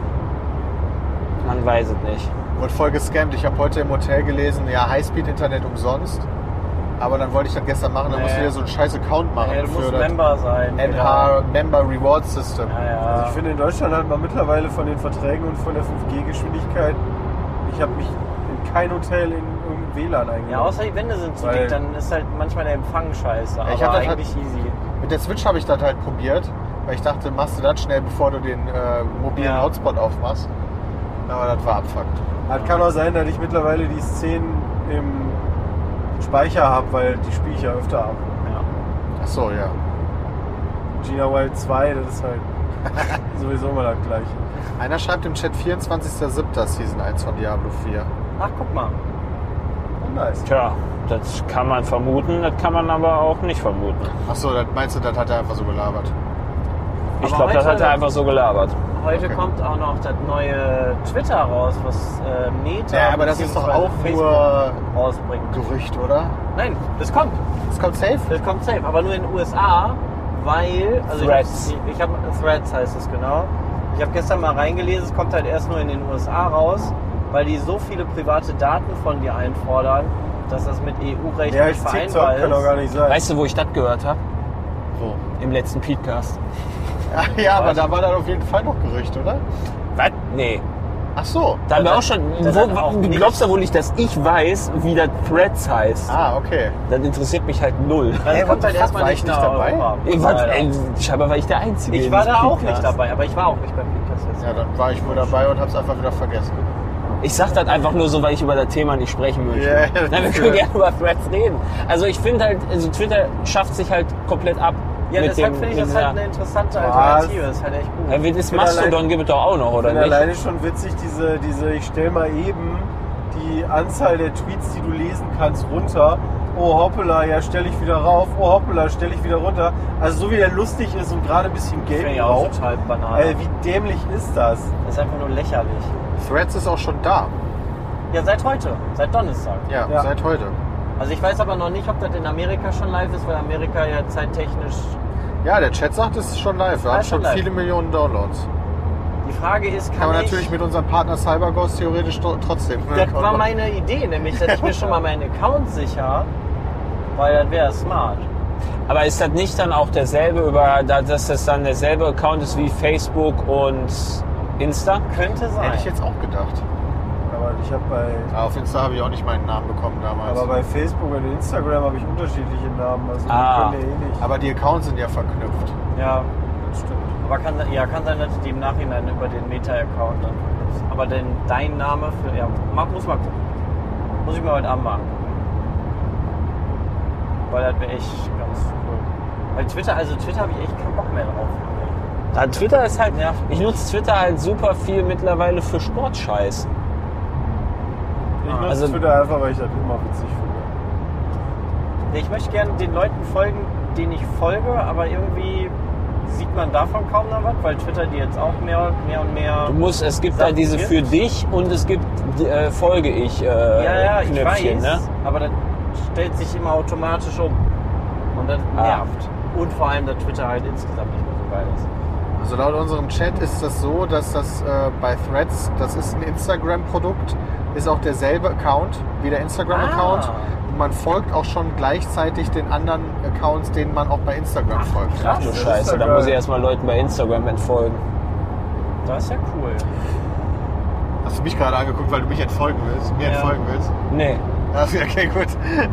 [SPEAKER 2] Man weiß es nicht.
[SPEAKER 3] Wurde voll gescammt. Ich habe heute im Hotel gelesen, ja, Highspeed-Internet umsonst. Aber dann wollte ich das gestern machen, dann musst du wieder so einen scheiß Account machen.
[SPEAKER 4] Ja, du musst
[SPEAKER 3] für das
[SPEAKER 4] Member sein.
[SPEAKER 3] NH Member Reward System.
[SPEAKER 5] Also ich finde, in Deutschland hat man mittlerweile von den Verträgen und von der 5G-Geschwindigkeit, ich habe mich in kein Hotel in irgendein WLAN eingeladen.
[SPEAKER 4] Ja, außer die Wände sind zu dick, dann ist halt manchmal der Empfang scheiße. Aber
[SPEAKER 3] ich hab das
[SPEAKER 4] eigentlich easy.
[SPEAKER 3] Mit der Switch habe ich das halt probiert, weil ich dachte, machst du das schnell, bevor du den mobilen Hotspot aufmachst. Aber das war abfuckt.
[SPEAKER 5] Es kann auch sein, dass ich mittlerweile die Szenen im Speicher habe, weil die spiele ich ja öfter ab.
[SPEAKER 3] Ach so, ja.
[SPEAKER 5] Gina Wild 2, das ist halt sowieso immer das Gleiche.
[SPEAKER 3] Einer schreibt im Chat 24.07. Season 1 von Diablo 4.
[SPEAKER 4] Ach, guck mal.
[SPEAKER 5] Oh, nice.
[SPEAKER 2] Tja, das kann man vermuten, das kann man aber auch nicht vermuten.
[SPEAKER 3] Ach so, das meinst du, das hat er einfach so gelabert?
[SPEAKER 2] Ich
[SPEAKER 4] Aber
[SPEAKER 2] glaube, das
[SPEAKER 4] heute-
[SPEAKER 2] hat er einfach so gelabert.
[SPEAKER 4] Heute
[SPEAKER 3] Okay.
[SPEAKER 4] kommt auch noch das neue Twitter raus, was Meta
[SPEAKER 3] Ja, aber das ist doch auch
[SPEAKER 4] Facebook
[SPEAKER 3] nur
[SPEAKER 4] rausbringt.
[SPEAKER 3] Gerücht, oder?
[SPEAKER 4] Nein, das kommt.
[SPEAKER 3] Das kommt safe?
[SPEAKER 4] Das kommt safe, aber nur in den USA, weil... Also
[SPEAKER 2] Threads.
[SPEAKER 4] Ich habe Threads heißt es genau. Ich habe gestern mal reingelesen, es kommt halt erst nur in den USA raus, weil die so viele private Daten von dir einfordern, dass das mit EU-Recht
[SPEAKER 5] Ja,
[SPEAKER 4] nicht
[SPEAKER 5] ich TikTok
[SPEAKER 4] vereinbar
[SPEAKER 5] kann doch
[SPEAKER 4] ist.
[SPEAKER 5] gar nicht sein.
[SPEAKER 2] Weißt du, wo ich das gehört habe?
[SPEAKER 3] Wo?
[SPEAKER 2] Im letzten Podcast.
[SPEAKER 3] Ja, aber da war dann auf jeden Fall noch Gerücht, oder?
[SPEAKER 2] Was? Nee.
[SPEAKER 3] Ach so.
[SPEAKER 2] Da haben wir auch schon.
[SPEAKER 4] das hat auch
[SPEAKER 2] Du
[SPEAKER 4] nicht-
[SPEAKER 2] glaubst ja wohl nicht, dass ich weiß, wie das Threads heißt.
[SPEAKER 3] Ah, okay.
[SPEAKER 2] Das interessiert mich halt null.
[SPEAKER 4] Also
[SPEAKER 3] Hey,
[SPEAKER 4] kommt
[SPEAKER 3] what
[SPEAKER 4] halt
[SPEAKER 3] the
[SPEAKER 4] erstmal
[SPEAKER 3] fuck, war
[SPEAKER 4] nicht
[SPEAKER 3] ich
[SPEAKER 4] nach
[SPEAKER 3] nicht dabei?
[SPEAKER 4] Europa.
[SPEAKER 2] Scheinbar war ich der Einzige.
[SPEAKER 4] Ich
[SPEAKER 2] in
[SPEAKER 4] war
[SPEAKER 2] diesem
[SPEAKER 4] da auch
[SPEAKER 2] Podcast.
[SPEAKER 4] nicht dabei, aber ich war auch nicht beim Podcast jetzt.
[SPEAKER 3] Ja, dann war ich wohl dabei und hab's einfach wieder vergessen.
[SPEAKER 2] Ich sag das einfach nur so, weil ich über das Thema nicht sprechen möchte.
[SPEAKER 3] Ja,
[SPEAKER 2] Nein, wir können gerne über Threads reden. Also ich finde halt, also Twitter schafft sich halt komplett ab.
[SPEAKER 4] Ja,
[SPEAKER 2] mit
[SPEAKER 4] deshalb
[SPEAKER 2] dem-
[SPEAKER 4] finde ich
[SPEAKER 2] mit
[SPEAKER 4] das
[SPEAKER 2] dieser-
[SPEAKER 4] halt eine interessante Alternative. Das ist halt echt gut.
[SPEAKER 2] Ja, wie das
[SPEAKER 5] bin
[SPEAKER 2] Mastodon
[SPEAKER 5] allein-
[SPEAKER 2] gibt es doch auch noch,
[SPEAKER 5] Ich
[SPEAKER 2] oder
[SPEAKER 5] finde
[SPEAKER 2] nicht?
[SPEAKER 5] alleine schon witzig, diese ich stell mal eben die Anzahl der Tweets, die du lesen kannst, runter. Oh hoppala, ja, stell ich wieder rauf. Oh hoppala, stell ich wieder runter. Also so wie der lustig ist und gerade ein bisschen
[SPEAKER 4] Finde
[SPEAKER 5] Geld
[SPEAKER 4] ich auch
[SPEAKER 5] braucht.
[SPEAKER 4] total banal.
[SPEAKER 5] Wie dämlich ist das?
[SPEAKER 4] Das ist einfach nur lächerlich.
[SPEAKER 3] Threads ist auch schon da.
[SPEAKER 4] Ja, seit heute. Seit Donnerstag.
[SPEAKER 3] Ja,
[SPEAKER 5] Ja.
[SPEAKER 3] seit heute.
[SPEAKER 4] Also ich weiß aber noch nicht, ob das in Amerika schon live ist, weil Amerika ja zeittechnisch...
[SPEAKER 3] Ja, der Chat sagt, es ist schon live. Wir
[SPEAKER 4] Ah,
[SPEAKER 3] haben
[SPEAKER 4] schon
[SPEAKER 3] schon
[SPEAKER 4] live.
[SPEAKER 3] viele Millionen Downloads.
[SPEAKER 4] Die Frage ist,
[SPEAKER 3] Kann man
[SPEAKER 4] ich...
[SPEAKER 3] natürlich mit unserem Partner CyberGhost theoretisch trotzdem.
[SPEAKER 4] Das war meine Idee, nämlich, dass ich mir schon mal meinen Account sicher, weil das wäre smart.
[SPEAKER 2] Aber ist das nicht dann auch derselbe, dass das dann derselbe Account ist wie Facebook und Insta?
[SPEAKER 4] Könnte sein.
[SPEAKER 3] Hätte ich jetzt auch gedacht.
[SPEAKER 5] Aber ich habe
[SPEAKER 3] Auf Insta habe ich auch nicht meinen Namen bekommen damals.
[SPEAKER 5] aber bei Facebook und Instagram habe ich unterschiedliche Namen. Also
[SPEAKER 2] Ah.
[SPEAKER 5] die können ja eh nicht.
[SPEAKER 3] Aber die Accounts sind ja verknüpft.
[SPEAKER 4] Ja,
[SPEAKER 5] Das stimmt.
[SPEAKER 4] aber kann sein, dass die im Nachhinein über den Meta-Account dann ist. Aber dein Name für... Ja, muss mal gucken. Muss ich mal heute Abend mal angucken. Weil das wäre echt ganz cool. Weil Twitter habe ich echt keinen Bock mehr drauf.
[SPEAKER 2] Ja, Twitter ist halt,
[SPEAKER 4] Nervt
[SPEAKER 2] ich nutze Twitter halt super viel mittlerweile für Sportscheiß.
[SPEAKER 5] Ich nutze
[SPEAKER 2] also-
[SPEAKER 5] Twitter einfach, weil ich das immer witzig finde.
[SPEAKER 4] Ich möchte gerne den Leuten folgen, denen ich folge, aber irgendwie sieht man davon kaum noch was, weil Twitter die jetzt auch mehr und mehr...
[SPEAKER 2] Es gibt da
[SPEAKER 4] Sachen
[SPEAKER 2] diese
[SPEAKER 4] gibt.
[SPEAKER 2] für dich und es gibt folge ich
[SPEAKER 4] ja, ich
[SPEAKER 2] Knöpfchen,
[SPEAKER 4] weiß,
[SPEAKER 2] ne?
[SPEAKER 4] aber das stellt sich immer automatisch um. Und das nervt. Und vor allem, dass Twitter halt insgesamt nicht mehr so geil ist.
[SPEAKER 3] Also laut unserem Chat ist das so, dass das bei Threads, das ist ein Instagram-Produkt, ist auch derselbe Account wie der Instagram-Account. Und man folgt auch schon gleichzeitig den anderen Accounts, denen man auch bei Instagram folgt.
[SPEAKER 2] Ach du Scheiße, da muss ich erstmal Leuten bei Instagram entfolgen.
[SPEAKER 4] Das ist ja cool.
[SPEAKER 3] Hast du mich gerade angeguckt, weil du mich entfolgen willst? Mir
[SPEAKER 4] Ja.
[SPEAKER 3] entfolgen willst?
[SPEAKER 2] Nee.
[SPEAKER 3] Also, okay, gut.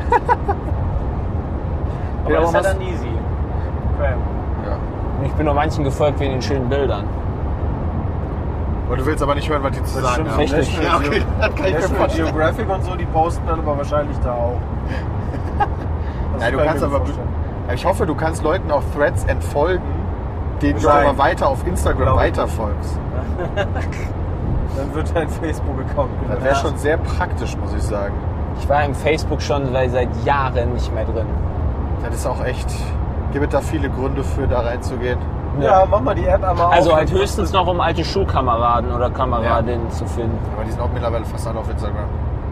[SPEAKER 4] Aber
[SPEAKER 3] Ja,
[SPEAKER 4] das ist ja
[SPEAKER 3] aber
[SPEAKER 4] dann easy. Okay.
[SPEAKER 3] Ja.
[SPEAKER 2] Ich bin nur manchen gefolgt wegen den schönen Bildern.
[SPEAKER 3] Und du willst aber nicht hören, was die zu
[SPEAKER 5] Das
[SPEAKER 3] sagen
[SPEAKER 5] stimmt.
[SPEAKER 3] haben.
[SPEAKER 2] Richtig.
[SPEAKER 3] Ja, okay, das kann ich mir
[SPEAKER 5] National
[SPEAKER 3] vorstellen.
[SPEAKER 5] Geographic und so, die posten dann aber wahrscheinlich da auch. Das
[SPEAKER 3] Nein, du
[SPEAKER 5] kann
[SPEAKER 3] kannst
[SPEAKER 5] ich mir
[SPEAKER 3] aber.
[SPEAKER 5] vorstellen.
[SPEAKER 3] Ich hoffe, du kannst Leuten auf Threads entfolgen, denen du
[SPEAKER 5] Nein.
[SPEAKER 3] aber weiter auf Instagram
[SPEAKER 5] Glaub ich
[SPEAKER 3] weiterfolgst.
[SPEAKER 5] Dann wird dein Facebook-Account
[SPEAKER 3] Das
[SPEAKER 5] gelöscht.
[SPEAKER 3] wäre schon sehr praktisch, muss ich sagen.
[SPEAKER 2] Ich war im Facebook schon seit Jahren nicht mehr drin.
[SPEAKER 3] Das ist auch echt. Gibt es da viele Gründe für, da reinzugehen?
[SPEAKER 5] Ja, mach mal die Erdarme auf.
[SPEAKER 2] Also halt höchstens noch, um alte Schulkameraden oder Kameradinnen zu finden.
[SPEAKER 3] Aber die sind auch mittlerweile fast alle auf Instagram.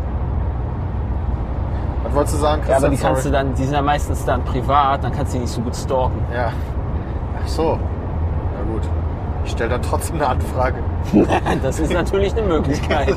[SPEAKER 3] Was wolltest du sagen,
[SPEAKER 2] Ja,
[SPEAKER 3] Christian?
[SPEAKER 2] aber die kannst du dann, die sind ja meistens dann privat, dann kannst du die nicht so gut stalken.
[SPEAKER 3] Ja. Ach so. Na gut. Ich stelle dann trotzdem eine Anfrage.
[SPEAKER 2] Das ist natürlich eine Möglichkeit.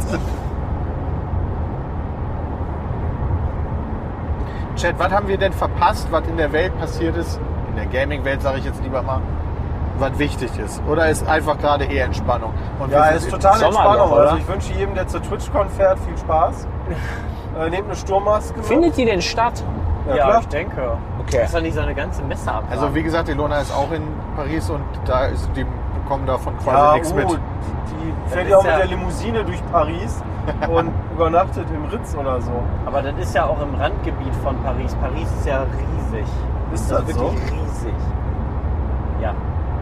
[SPEAKER 3] Chat, was haben wir denn verpasst, was in der Welt passiert ist? In der Gaming-Welt sage ich jetzt lieber mal. Was wichtig ist. Oder ist einfach gerade eher Entspannung? Und
[SPEAKER 5] Ja,
[SPEAKER 3] wir
[SPEAKER 5] ist
[SPEAKER 3] sind-
[SPEAKER 5] total
[SPEAKER 2] Sommerloch,
[SPEAKER 5] Entspannung.
[SPEAKER 2] oder?
[SPEAKER 5] Also ich wünsche jedem, der zur TwitchCon fährt, viel Spaß. Nehmt eine Sturmmaske mit.
[SPEAKER 2] Findet die denn statt?
[SPEAKER 5] Ja,
[SPEAKER 4] Ja,
[SPEAKER 5] klar.
[SPEAKER 4] ich denke.
[SPEAKER 2] Okay.
[SPEAKER 4] Das ist doch nicht so eine ganze Messe ab.
[SPEAKER 3] Also wie gesagt, Ilona ist auch in Paris und da ist, die bekommen davon quasi
[SPEAKER 5] Ja,
[SPEAKER 3] nichts mit.
[SPEAKER 5] die fährt
[SPEAKER 4] ist
[SPEAKER 5] ja auch
[SPEAKER 4] ja-
[SPEAKER 5] mit der Limousine durch Paris und übernachtet im Ritz oder so.
[SPEAKER 4] Aber das ist ja auch im Randgebiet von Paris. Paris ist ja riesig.
[SPEAKER 5] Ist
[SPEAKER 4] Das
[SPEAKER 5] das
[SPEAKER 4] ist
[SPEAKER 5] so?
[SPEAKER 4] wirklich riesig. Ja.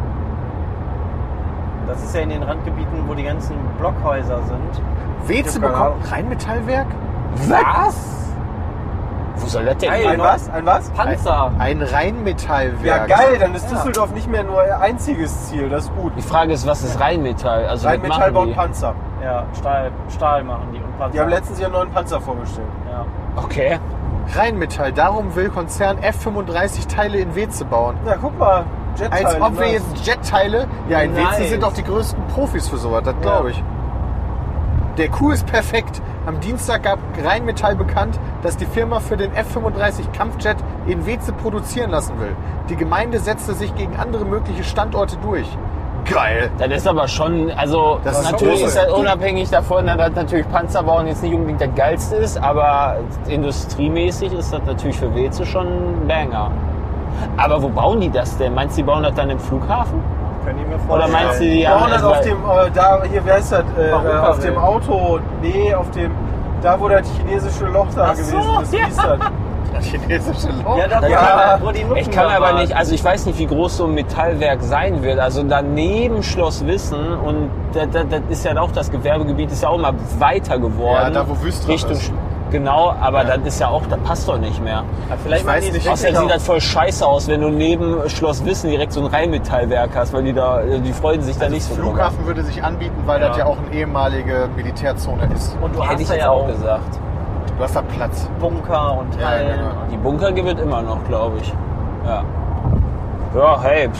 [SPEAKER 4] Das ist ja in den Randgebieten, wo die ganzen Blockhäuser sind.
[SPEAKER 3] Weze bekommt Rheinmetallwerk?
[SPEAKER 2] Was? Wo soll das denn
[SPEAKER 4] Geil,
[SPEAKER 2] hin?
[SPEAKER 5] Ein was? Ein was?
[SPEAKER 4] Panzer.
[SPEAKER 3] Ein Rheinmetallwerk.
[SPEAKER 5] Ja, geil, dann ist
[SPEAKER 4] Ja.
[SPEAKER 5] Düsseldorf nicht mehr nur ihr einziges Ziel. Das ist gut.
[SPEAKER 2] Die Frage ist, was ist Rheinmetall? Also was
[SPEAKER 5] Rheinmetall
[SPEAKER 2] machen
[SPEAKER 5] baut
[SPEAKER 2] die?
[SPEAKER 5] Panzer.
[SPEAKER 4] Ja, Stahl machen die und Panzer.
[SPEAKER 5] Die haben letztens ihren neuen Panzer vorgestellt.
[SPEAKER 4] Ja.
[SPEAKER 2] Okay.
[SPEAKER 3] Rheinmetall, darum will Konzern F-35 Teile in Weze bauen.
[SPEAKER 5] Ja, guck mal. Jet-Teile,
[SPEAKER 3] Als ob wir
[SPEAKER 5] ne?
[SPEAKER 3] jetzt Jet-Teile... Ja, in Weze
[SPEAKER 4] Nice.
[SPEAKER 3] sind doch die größten Profis für sowas, das glaube ich. Der Coup ist perfekt. Am Dienstag gab Rheinmetall bekannt, dass die Firma für den F-35 Kampfjet in Weze produzieren lassen will. Die Gemeinde setzte sich gegen andere mögliche Standorte durch. Geil.
[SPEAKER 2] Das ist aber schon, also
[SPEAKER 3] Das ist
[SPEAKER 2] natürlich
[SPEAKER 3] schon
[SPEAKER 2] ist das unabhängig davon, dass natürlich Panzerbauen jetzt nicht unbedingt das Geilste ist, aber industriemäßig ist das natürlich für Weze schon ein Banger. Aber wo bauen die das denn? Meinst du, die bauen das dann im Flughafen?
[SPEAKER 4] Können die mir
[SPEAKER 2] Oder
[SPEAKER 4] vorstellen.
[SPEAKER 2] meinst du, die
[SPEAKER 5] Die
[SPEAKER 2] haben
[SPEAKER 5] bauen das auf dem, da, hier, wer ist das?
[SPEAKER 4] Europa
[SPEAKER 5] Auf dem
[SPEAKER 4] will.
[SPEAKER 5] Auto, nee, auf dem, da wo das chinesische Loch da
[SPEAKER 4] Ach so,
[SPEAKER 5] gewesen ist, wie ist das?
[SPEAKER 3] Das chinesische Loch.
[SPEAKER 4] Ja, da
[SPEAKER 5] Ja.
[SPEAKER 4] wo die Nutten
[SPEAKER 2] Ich kann
[SPEAKER 4] da
[SPEAKER 2] aber
[SPEAKER 4] waren.
[SPEAKER 2] nicht, also ich weiß nicht, wie groß so ein Metallwerk sein wird. Also daneben Schloss Wissen und das ist ja auch das Gewerbegebiet, ist ja auch mal weiter geworden.
[SPEAKER 3] Ja, da, wo Wüstrach
[SPEAKER 2] Richtung
[SPEAKER 3] ist.
[SPEAKER 2] Genau, aber
[SPEAKER 3] Ja.
[SPEAKER 2] das ist ja auch, das passt doch nicht mehr.
[SPEAKER 4] Ja, vielleicht
[SPEAKER 3] Ich
[SPEAKER 4] machen
[SPEAKER 3] weiß
[SPEAKER 4] die es
[SPEAKER 3] nicht,
[SPEAKER 4] wirklich
[SPEAKER 2] Außerdem
[SPEAKER 4] auch.
[SPEAKER 2] sieht das voll scheiße aus, wenn du neben Schloss Wissen direkt so ein Rheinmetallwerk hast, weil die freuen sich da
[SPEAKER 3] Also
[SPEAKER 2] nicht so drüber.
[SPEAKER 3] Flughafen würde sich anbieten, weil
[SPEAKER 4] Ja.
[SPEAKER 3] das ja auch eine ehemalige Militärzone ist.
[SPEAKER 4] Und du
[SPEAKER 2] Hätte
[SPEAKER 4] hast
[SPEAKER 2] ich
[SPEAKER 4] da
[SPEAKER 2] jetzt
[SPEAKER 4] ja
[SPEAKER 2] auch
[SPEAKER 4] auch
[SPEAKER 2] gesagt.
[SPEAKER 3] Du hast da Platz.
[SPEAKER 4] Bunker und
[SPEAKER 3] Ja,
[SPEAKER 4] Hallen.
[SPEAKER 3] genau.
[SPEAKER 2] Die Bunker gibt es immer noch, glaube ich. Ja. Ja, hey.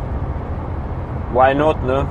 [SPEAKER 2] Why not, ne?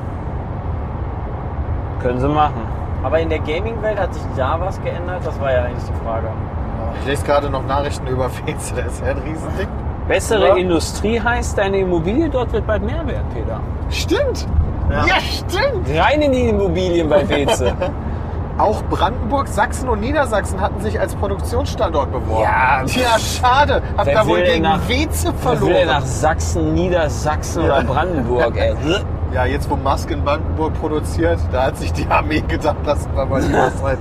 [SPEAKER 2] Können sie machen.
[SPEAKER 4] Aber in der Gaming-Welt hat sich da was geändert? Das war ja eigentlich die Frage.
[SPEAKER 3] Ich lese gerade noch Nachrichten über Weze, das ist ja ein Riesending.
[SPEAKER 2] Bessere
[SPEAKER 5] Ja.
[SPEAKER 2] Industrie heißt, deine Immobilie dort wird bald mehr wert, Peter.
[SPEAKER 3] Stimmt! Ja, stimmt!
[SPEAKER 2] Rein in die Immobilien bei Weze.
[SPEAKER 3] Auch Brandenburg, Sachsen und Niedersachsen hatten sich als Produktionsstandort beworben.
[SPEAKER 2] Ja,
[SPEAKER 3] Tja, schade. Habt
[SPEAKER 2] wer
[SPEAKER 3] ihr wohl
[SPEAKER 2] will
[SPEAKER 3] gegen
[SPEAKER 2] nach-
[SPEAKER 3] Weze
[SPEAKER 2] Wer will denn nach
[SPEAKER 3] verloren.
[SPEAKER 2] Sachsen, Niedersachsen oder Brandenburg, ey?
[SPEAKER 3] Ja, jetzt wo Musk in Brandenburg produziert, da hat sich die Armee gedacht, lassen wir mal lieber sein.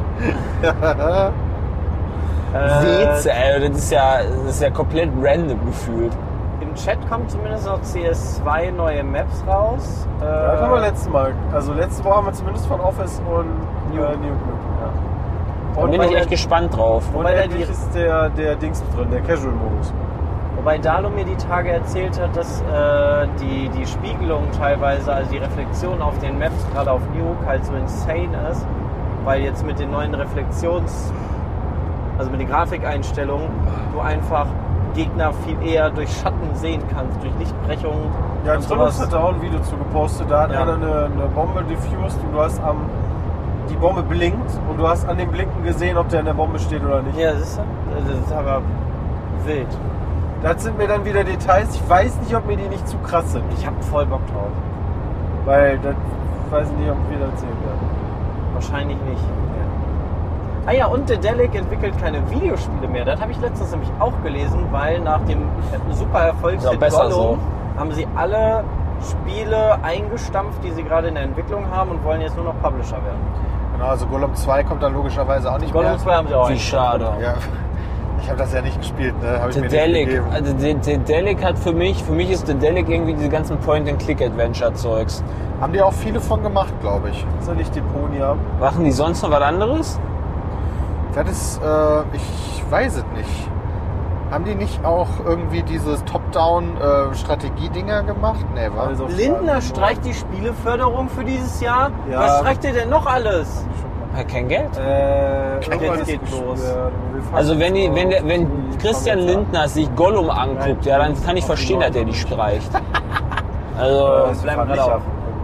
[SPEAKER 2] Weze, ey, das ist ja komplett random gefühlt.
[SPEAKER 4] Im Chat kommt zumindest noch CS2 neue Maps raus.
[SPEAKER 5] Ja, das haben wir letztes Mal. Also letzte Woche haben wir zumindest von Office und New Glück. Ja.
[SPEAKER 2] Da
[SPEAKER 5] Und
[SPEAKER 2] bin
[SPEAKER 5] bei
[SPEAKER 2] ich
[SPEAKER 5] der-
[SPEAKER 2] echt gespannt drauf.
[SPEAKER 5] Und
[SPEAKER 4] Wobei da
[SPEAKER 5] endlich
[SPEAKER 4] die-
[SPEAKER 5] ist der Dings drin, der Casual-Modus.
[SPEAKER 4] Wobei Dalo mir die Tage erzählt hat, dass die Spiegelung teilweise, also die Reflexion auf den Maps, gerade auf Nuke, halt so insane ist. Weil jetzt mit den neuen also mit den Grafikeinstellungen, du einfach Gegner viel eher durch Schatten sehen kannst, durch Lichtbrechung.
[SPEAKER 5] Ja,
[SPEAKER 4] und
[SPEAKER 5] Trilux hat da auch ein Video zu gepostet. Da hat
[SPEAKER 4] Ja.
[SPEAKER 5] einer eine Bombe diffused und du hast die Bombe blinkt und du hast an dem Blinken gesehen, ob der an der Bombe steht oder nicht.
[SPEAKER 4] Ja, das ist aber wild.
[SPEAKER 5] Das sind mir dann wieder Details. Ich weiß nicht, ob mir die nicht zu krass sind.
[SPEAKER 4] Ich habe voll Bock drauf.
[SPEAKER 5] Weil das weiß ich nicht, ob wir das erzählen werden.
[SPEAKER 4] Wahrscheinlich nicht. Ah ja, und Dedelic entwickelt keine Videospiele mehr. Das habe ich letztens nämlich auch gelesen, weil nach dem super
[SPEAKER 2] Ist auch
[SPEAKER 4] Erfolgshit
[SPEAKER 2] besser
[SPEAKER 4] Gollum
[SPEAKER 2] so.
[SPEAKER 4] haben sie alle Spiele eingestampft, die sie gerade in der Entwicklung haben und wollen jetzt nur noch Publisher werden.
[SPEAKER 3] Genau, also Golem 2 kommt dann logischerweise auch nicht
[SPEAKER 4] Gollum
[SPEAKER 3] mehr.
[SPEAKER 4] 2 haben sie auch
[SPEAKER 2] Wie
[SPEAKER 4] eingestampft.
[SPEAKER 2] schade.
[SPEAKER 3] Ja, ich habe das ja nicht gespielt, ne? Hab ich mir nicht
[SPEAKER 2] Dedelic,
[SPEAKER 3] gegeben.
[SPEAKER 2] also Dedelic hat für mich ist Dedelic irgendwie diese ganzen Point-and-Click-Adventure-Zeugs.
[SPEAKER 3] Haben die auch viele von gemacht, glaube ich.
[SPEAKER 5] Ist ja nicht Deponia.
[SPEAKER 2] Machen die sonst noch was anderes?
[SPEAKER 3] Das ist, ich weiß es nicht. Haben die nicht auch irgendwie dieses Top-Down-Strategie-Dinger gemacht? Nee, war.
[SPEAKER 5] Also
[SPEAKER 4] Lindner streicht die Spieleförderung für dieses Jahr.
[SPEAKER 5] Ja.
[SPEAKER 4] Was streicht ihr denn noch alles?
[SPEAKER 2] Kein Geld.
[SPEAKER 4] Jetzt geht los.
[SPEAKER 2] Also wenn Christian Lindner sich Gollum anguckt, ja, dann kann ich verstehen, dass er die streicht. Also
[SPEAKER 4] Bleiben gerade auf.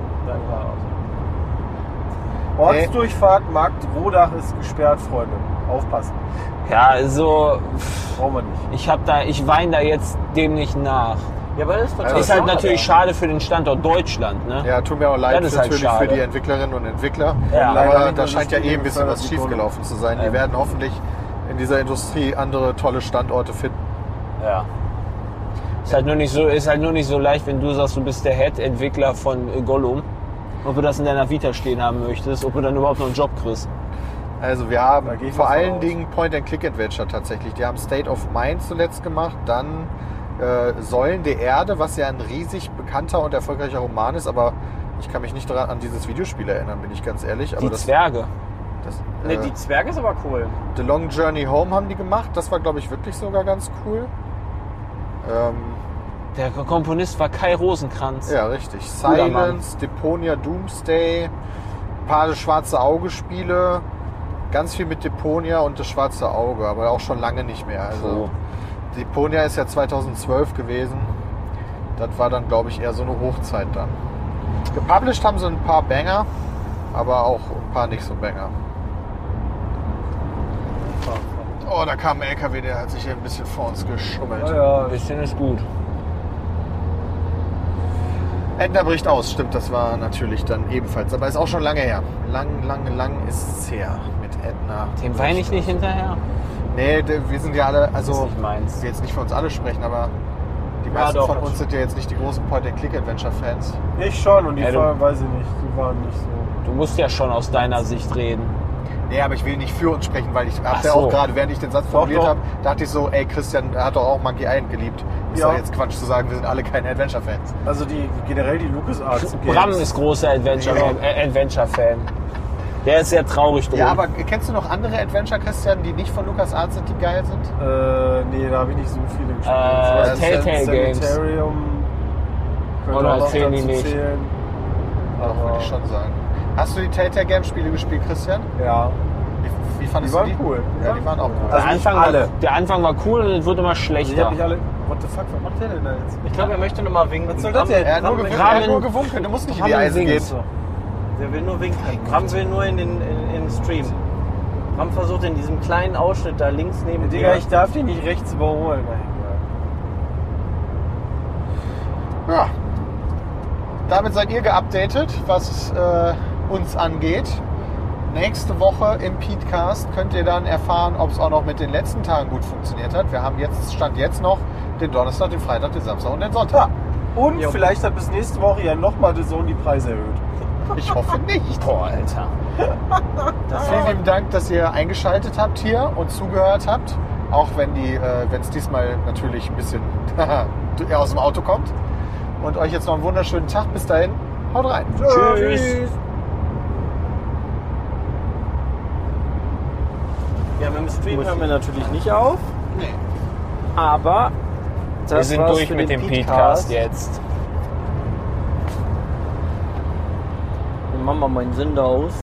[SPEAKER 5] Ortsdurchfahrt Markt Rodach ist gesperrt, Freunde. Aufpassen.
[SPEAKER 2] ja, also
[SPEAKER 5] Brauchen wir nicht.
[SPEAKER 2] ich weine da jetzt dem nicht nach.
[SPEAKER 4] Ja, aber das ist total
[SPEAKER 2] Ist halt
[SPEAKER 4] schade.
[SPEAKER 2] natürlich schade für den Standort Deutschland, ne?
[SPEAKER 3] Ja, tut mir auch leid
[SPEAKER 2] Das ist halt
[SPEAKER 3] natürlich
[SPEAKER 2] schade.
[SPEAKER 3] für die Entwicklerinnen und Entwickler.
[SPEAKER 2] Ja.
[SPEAKER 3] Aber
[SPEAKER 5] Leider
[SPEAKER 3] da scheint ja
[SPEAKER 5] nicht
[SPEAKER 3] ein bisschen was
[SPEAKER 5] die
[SPEAKER 3] schiefgelaufen zu sein. Die werden hoffentlich in dieser Industrie andere tolle Standorte finden.
[SPEAKER 2] Ja. Ist halt nur nicht so leicht, wenn du sagst, du bist der Head-Entwickler von Gollum. Ob du das in deiner Vita stehen haben möchtest, ob du dann überhaupt noch einen Job kriegst.
[SPEAKER 3] Also wir haben
[SPEAKER 5] Da gehe ich
[SPEAKER 3] vor
[SPEAKER 5] mal von
[SPEAKER 3] allen
[SPEAKER 5] aus.
[SPEAKER 3] Dingen Point-and-Click-Adventure tatsächlich. Die haben State of Mind zuletzt gemacht, dann Säulen der Erde, was ja ein riesig bekannter und erfolgreicher Roman ist, aber ich kann mich nicht daran an dieses Videospiel erinnern, bin ich ganz ehrlich. Aber
[SPEAKER 2] Die Zwerge.
[SPEAKER 4] Ne, die Zwerge ist aber cool.
[SPEAKER 3] The Long Journey Home haben die gemacht, das war glaube ich wirklich sogar ganz cool.
[SPEAKER 2] Der Komponist war Kai Rosenkranz.
[SPEAKER 3] Ja, richtig.
[SPEAKER 2] Guter Mann.
[SPEAKER 3] Silence, Deponia Doomsday, ein paar Schwarze Auge-Spiele, ganz viel mit Deponia und das Schwarze Auge, aber auch schon lange nicht mehr. Also Deponia ist ja 2012 gewesen. Das war dann, glaube ich, eher so eine Hochzeit dann. Gepublished haben sie ein paar Banger, aber auch ein paar nicht so Banger. Oh, da kam ein LKW, der hat sich hier ein bisschen vor uns geschummelt.
[SPEAKER 5] Ja,
[SPEAKER 2] Ein bisschen ist gut.
[SPEAKER 3] Edna bricht aus, stimmt, das war natürlich dann ebenfalls. Aber ist auch schon lange her. Lang ist es her mit Edna.
[SPEAKER 2] Dem weine ich nicht hinterher.
[SPEAKER 3] Nee, wir sind ja alle, also
[SPEAKER 2] Das ist nicht meins.
[SPEAKER 3] ich will jetzt nicht für uns alle sprechen, aber die
[SPEAKER 4] Ja,
[SPEAKER 3] meisten
[SPEAKER 4] doch,
[SPEAKER 3] von uns
[SPEAKER 4] natürlich.
[SPEAKER 3] sind ja jetzt nicht die großen Point-and-Click-Adventure-Fans.
[SPEAKER 5] ich schon und die
[SPEAKER 2] Ja, du-
[SPEAKER 5] weiß ich nicht, die waren nicht so.
[SPEAKER 2] Du musst ja schon aus deiner Sicht reden.
[SPEAKER 3] Nee, aber ich will nicht für uns sprechen, weil ich
[SPEAKER 2] Ach
[SPEAKER 3] habe
[SPEAKER 2] so.
[SPEAKER 3] auch gerade, während ich den Satz formuliert
[SPEAKER 5] doch.
[SPEAKER 3] habe, dachte ich so, ey, Christian hat doch auch Monkey Island geliebt. Ist
[SPEAKER 5] Ja.
[SPEAKER 3] doch jetzt Quatsch zu sagen, wir sind alle keine Adventure-Fans.
[SPEAKER 5] Also die generell die LucasArts
[SPEAKER 2] Bram ist großer Adventure-Fan. Der ist sehr traurig drum.
[SPEAKER 3] Ja, aber kennst du noch andere Adventure, Christian, die nicht von LucasArts sind, die geil sind?
[SPEAKER 5] Nee, da habe ich nicht so viele gespielt.
[SPEAKER 2] Telltale Games.
[SPEAKER 5] Sanitarium. könnte
[SPEAKER 2] Oder
[SPEAKER 5] auch noch
[SPEAKER 2] zählen die
[SPEAKER 5] dazu
[SPEAKER 2] nicht?
[SPEAKER 5] zählen.
[SPEAKER 3] Doch, würde ich schon sagen. Hast du die Telltale Games Spiele gespielt, Christian?
[SPEAKER 5] Ja.
[SPEAKER 3] Wie fandest
[SPEAKER 5] Die
[SPEAKER 3] du
[SPEAKER 5] waren
[SPEAKER 3] die?
[SPEAKER 5] cool.
[SPEAKER 3] Ja, die waren auch cool.
[SPEAKER 5] Also nicht alle.
[SPEAKER 2] Der Anfang war cool und es wird immer
[SPEAKER 5] Also ich
[SPEAKER 2] schlechter.
[SPEAKER 5] habe nicht alle. What the fuck, was macht der denn da jetzt?
[SPEAKER 4] Ich glaube, er möchte nur mal winken.
[SPEAKER 5] Was soll das denn?
[SPEAKER 3] Er hat nur
[SPEAKER 2] Rahmen-
[SPEAKER 3] gewunken, du musst nicht in die
[SPEAKER 2] Rahmen
[SPEAKER 3] Eisen gehen.
[SPEAKER 2] singt.
[SPEAKER 4] Der will nur winken. Ram will nur in den Stream. Ram versucht in diesem kleinen Ausschnitt da links neben
[SPEAKER 5] Digga,
[SPEAKER 4] dir.
[SPEAKER 5] ich darf dich nicht rechts überholen.
[SPEAKER 3] Ja. Damit seid ihr geupdatet, was uns angeht. Nächste Woche im Petecast könnt ihr dann erfahren, ob es auch noch mit den letzten Tagen gut funktioniert hat. Wir haben Stand jetzt noch den Donnerstag, den Freitag, den Samstag und den Sonntag.
[SPEAKER 5] Und
[SPEAKER 4] Jo.
[SPEAKER 5] vielleicht hat bis nächste Woche ja nochmal die Zone die Preise erhöht.
[SPEAKER 3] Ich hoffe nicht.
[SPEAKER 2] Boah, Alter.
[SPEAKER 3] Vielen lieben Dank, dass ihr eingeschaltet habt hier und zugehört habt. Auch wenn es diesmal natürlich ein bisschen aus dem Auto kommt. Und euch jetzt noch einen wunderschönen Tag. Bis dahin. Haut rein.
[SPEAKER 2] Tschüss.
[SPEAKER 4] Ja, mit dem Stream hören wir natürlich nicht auf.
[SPEAKER 3] Nee.
[SPEAKER 4] Aber das
[SPEAKER 2] Wir sind
[SPEAKER 4] war's
[SPEAKER 2] durch
[SPEAKER 4] für
[SPEAKER 2] mit
[SPEAKER 4] den
[SPEAKER 2] dem Petecast jetzt.
[SPEAKER 4] Dann machen wir meinen Sender aus.